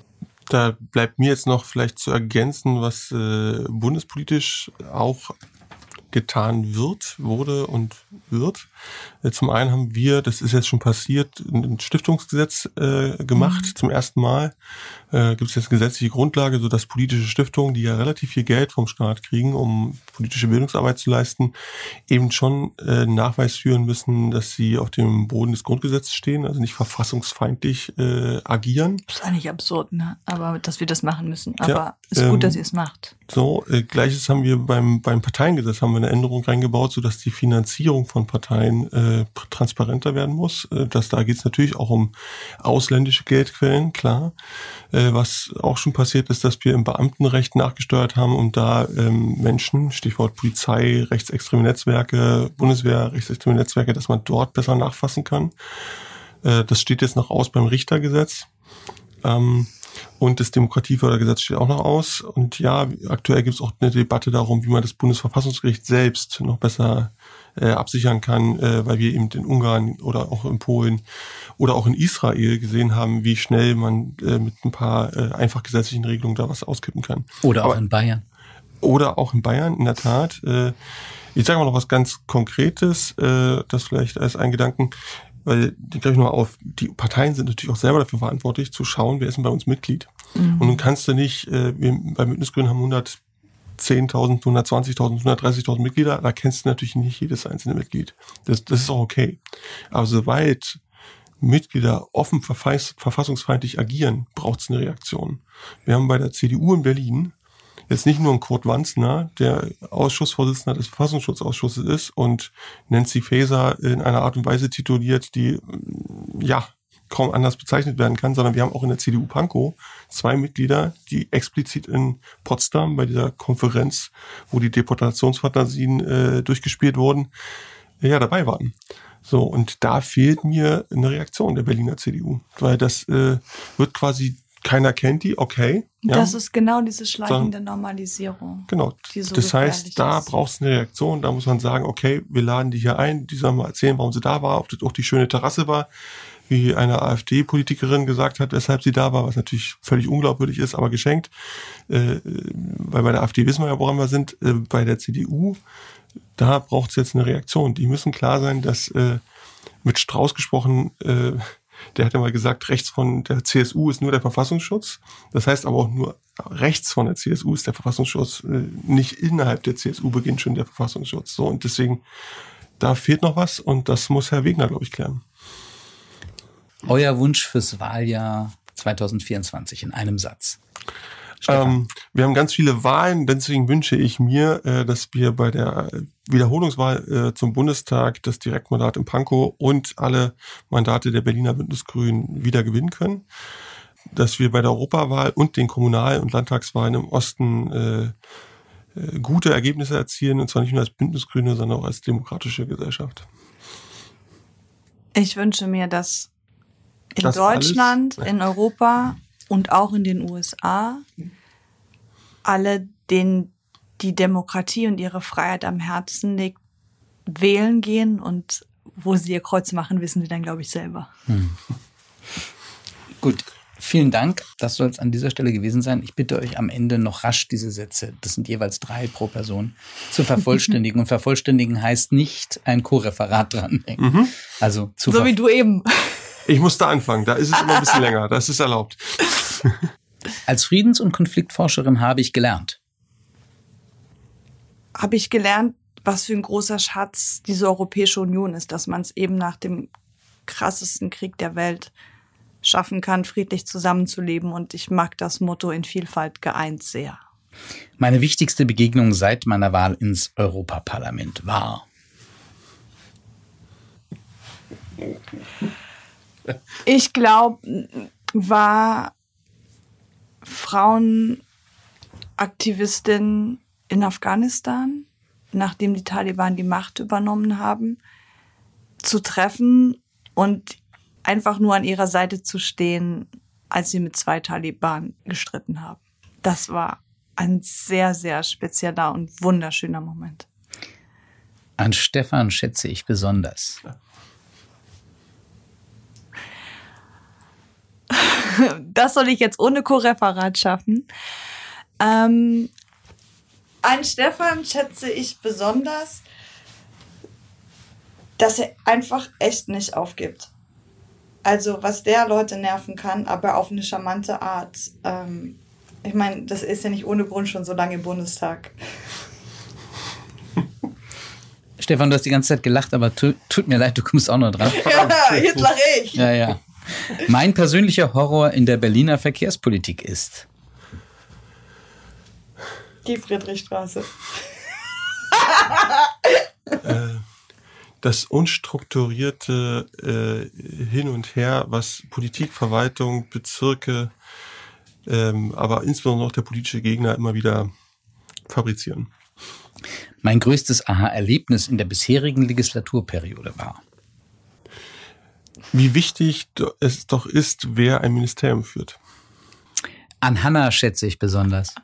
Da bleibt mir jetzt noch vielleicht zu ergänzen, was äh, bundespolitisch auch getan wird, wurde und wird. Zum einen haben wir, das ist jetzt schon passiert, ein Stiftungsgesetz äh, gemacht. Mhm. Zum ersten Mal äh, gibt es jetzt gesetzliche Grundlage, sodass politische Stiftungen, die ja relativ viel Geld vom Staat kriegen, um politische Bildungsarbeit zu leisten, eben schon äh, Nachweis führen müssen, dass sie auf dem Boden des Grundgesetzes stehen, also nicht verfassungsfeindlich äh, agieren. Das ist eigentlich absurd, ne? Aber dass wir das machen müssen. Aber ja, ist gut, ähm, dass ihr es macht. So, äh, Gleiches haben wir beim beim Parteiengesetz, haben wir eine Änderung reingebaut, sodass die Finanzierung von Parteien äh, transparenter werden muss. Äh, das, da geht es natürlich auch um ausländische Geldquellen, klar. Äh, was auch schon passiert ist, dass wir im Beamtenrecht nachgesteuert haben und da ähm, Menschen, Stichwort Polizei, rechtsextreme Netzwerke, Bundeswehr, rechtsextreme Netzwerke, dass man dort besser nachfassen kann. Äh, das steht jetzt noch aus beim Richtergesetz. Ähm, Und das Demokratiefördergesetz steht auch noch aus. Und ja, aktuell gibt es auch eine Debatte darum, wie man das Bundesverfassungsgericht selbst noch besser äh, absichern kann, äh, weil wir eben in Ungarn oder auch in Polen oder auch in Israel gesehen haben, wie schnell man äh, mit ein paar äh, einfach gesetzlichen Regelungen da was auskippen kann. Oder auch Aber, in Bayern. Oder auch in Bayern, in der Tat. Äh, ich sage mal noch was ganz Konkretes, äh, das vielleicht als ein Gedanken. Weil, die greife ich noch auf, die Parteien sind natürlich auch selber dafür verantwortlich, zu schauen, wer ist denn bei uns Mitglied. Mhm. Und nun kannst du nicht, äh, wir bei Bündnis Grün haben hundertzehn zehntausend, hundertzwanzigtausend, hundertdreißigtausend Mitglieder, da kennst du natürlich nicht jedes einzelne Mitglied. Das, das ist auch okay. Aber sobald Mitglieder offen verfassungsfeindlich agieren, braucht es eine Reaktion. Wir haben bei der C D U in Berlin jetzt nicht nur einen Kurt Wanzner, der Ausschussvorsitzender des Verfassungsschutzausschusses ist und Nancy Faeser in einer Art und Weise tituliert, die ja kaum anders bezeichnet werden kann, sondern wir haben auch in der C D U Pankow zwei Mitglieder, die explizit in Potsdam bei dieser Konferenz, wo die Deportationsfantasien äh, durchgespielt wurden, ja dabei waren. So, und da fehlt mir eine Reaktion der Berliner C D U, weil das äh, wird quasi, keiner kennt die, okay. Ja. Das ist genau diese schleichende Normalisierung. Genau, so das heißt, da ist. braucht es eine Reaktion, da muss man sagen, okay, wir laden die hier ein, die sollen mal erzählen, warum sie da war, ob das auch die schöne Terrasse war, wie eine AfD-Politikerin gesagt hat, weshalb sie da war, was natürlich völlig unglaubwürdig ist, aber geschenkt, äh, weil bei der AfD wissen wir ja, woran wir sind, äh, bei der C D U, da braucht es jetzt eine Reaktion. Die müssen klar sein, dass äh, mit Strauß gesprochen, äh, der hat ja mal gesagt, rechts von der C S U ist nur der Verfassungsschutz. Das heißt aber auch nur rechts von der C S U ist der Verfassungsschutz. Äh, nicht innerhalb der C S U beginnt schon der Verfassungsschutz. So, und deswegen, da fehlt noch was und das muss Herr Wegner, glaube ich, klären. Euer Wunsch fürs Wahljahr zwanzig vierundzwanzig in einem Satz. Ähm, wir haben ganz viele Wahlen, deswegen wünsche ich mir, äh, dass wir bei der Wiederholungswahl äh, zum Bundestag das Direktmandat in Pankow und alle Mandate der Berliner Bündnisgrünen wieder gewinnen können. Dass wir bei der Europawahl und den Kommunal- und Landtagswahlen im Osten äh, äh, gute Ergebnisse erzielen, und zwar nicht nur als Bündnisgrüne, sondern auch als demokratische Gesellschaft. Ich wünsche mir, dass in das Deutschland, alles? in Europa und auch in den U S A alle, denen die Demokratie und ihre Freiheit am Herzen liegt, wählen gehen, und wo sie ihr Kreuz machen, wissen sie dann, glaube ich, selber. Hm. Gut, vielen Dank. Das soll es an dieser Stelle gewesen sein. Ich bitte euch am Ende noch rasch diese Sätze, das sind jeweils drei pro Person, zu vervollständigen. Und vervollständigen heißt nicht ein Co-Referat dranhängen. Mhm. Also zu so wie du eben. Ich muss da anfangen, da ist es immer ein bisschen länger, das ist erlaubt. Als Friedens- und Konfliktforscherin habe ich gelernt. Habe ich gelernt, was für ein großer Schatz diese Europäische Union ist, dass man es eben nach dem krassesten Krieg der Welt schaffen kann, friedlich zusammenzuleben. Und ich mag das Motto in Vielfalt geeint sehr. Meine wichtigste Begegnung seit meiner Wahl ins Europaparlament war... Ich glaube, war Frauenaktivistin in Afghanistan, nachdem die Taliban die Macht übernommen haben, zu treffen und einfach nur an ihrer Seite zu stehen, als sie mit zwei Taliban gestritten haben. Das war ein sehr, sehr spezieller und wunderschöner Moment. An Stefan schätze ich besonders. Das soll ich jetzt ohne Co-Referat schaffen. Ähm, an Stefan schätze ich besonders, dass er einfach echt nicht aufgibt. Also was der Leute nerven kann, aber auf eine charmante Art. Ähm, ich meine, das ist ja nicht ohne Grund schon so lange im Bundestag. Stefan, du hast die ganze Zeit gelacht, aber tu, tut mir leid, du kommst auch noch dran. Ja, jetzt lache ich. Ja, ja. Mein persönlicher Horror in der Berliner Verkehrspolitik ist... Die Friedrichstraße. äh, das unstrukturierte äh, Hin und Her, was Politik, Verwaltung, Bezirke, ähm, aber insbesondere auch der politische Gegner immer wieder fabrizieren. Mein größtes Aha-Erlebnis in der bisherigen Legislaturperiode war... Wie wichtig es doch ist, wer ein Ministerium führt. An Hannah schätze ich besonders.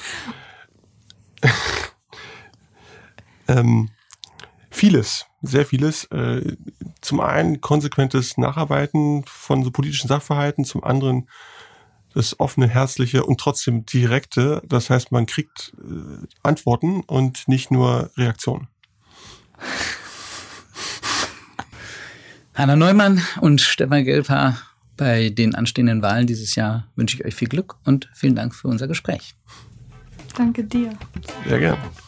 ähm, vieles, sehr vieles. Äh, zum einen konsequentes Nacharbeiten von so politischen Sachverhalten, zum anderen das offene, herzliche und trotzdem direkte. Das heißt, man kriegt äh, Antworten und nicht nur Reaktionen. Hanna Neumann und Stefan Gelbhaar, bei den anstehenden Wahlen dieses Jahr wünsche ich euch viel Glück und vielen Dank für unser Gespräch. Danke dir. Sehr gerne.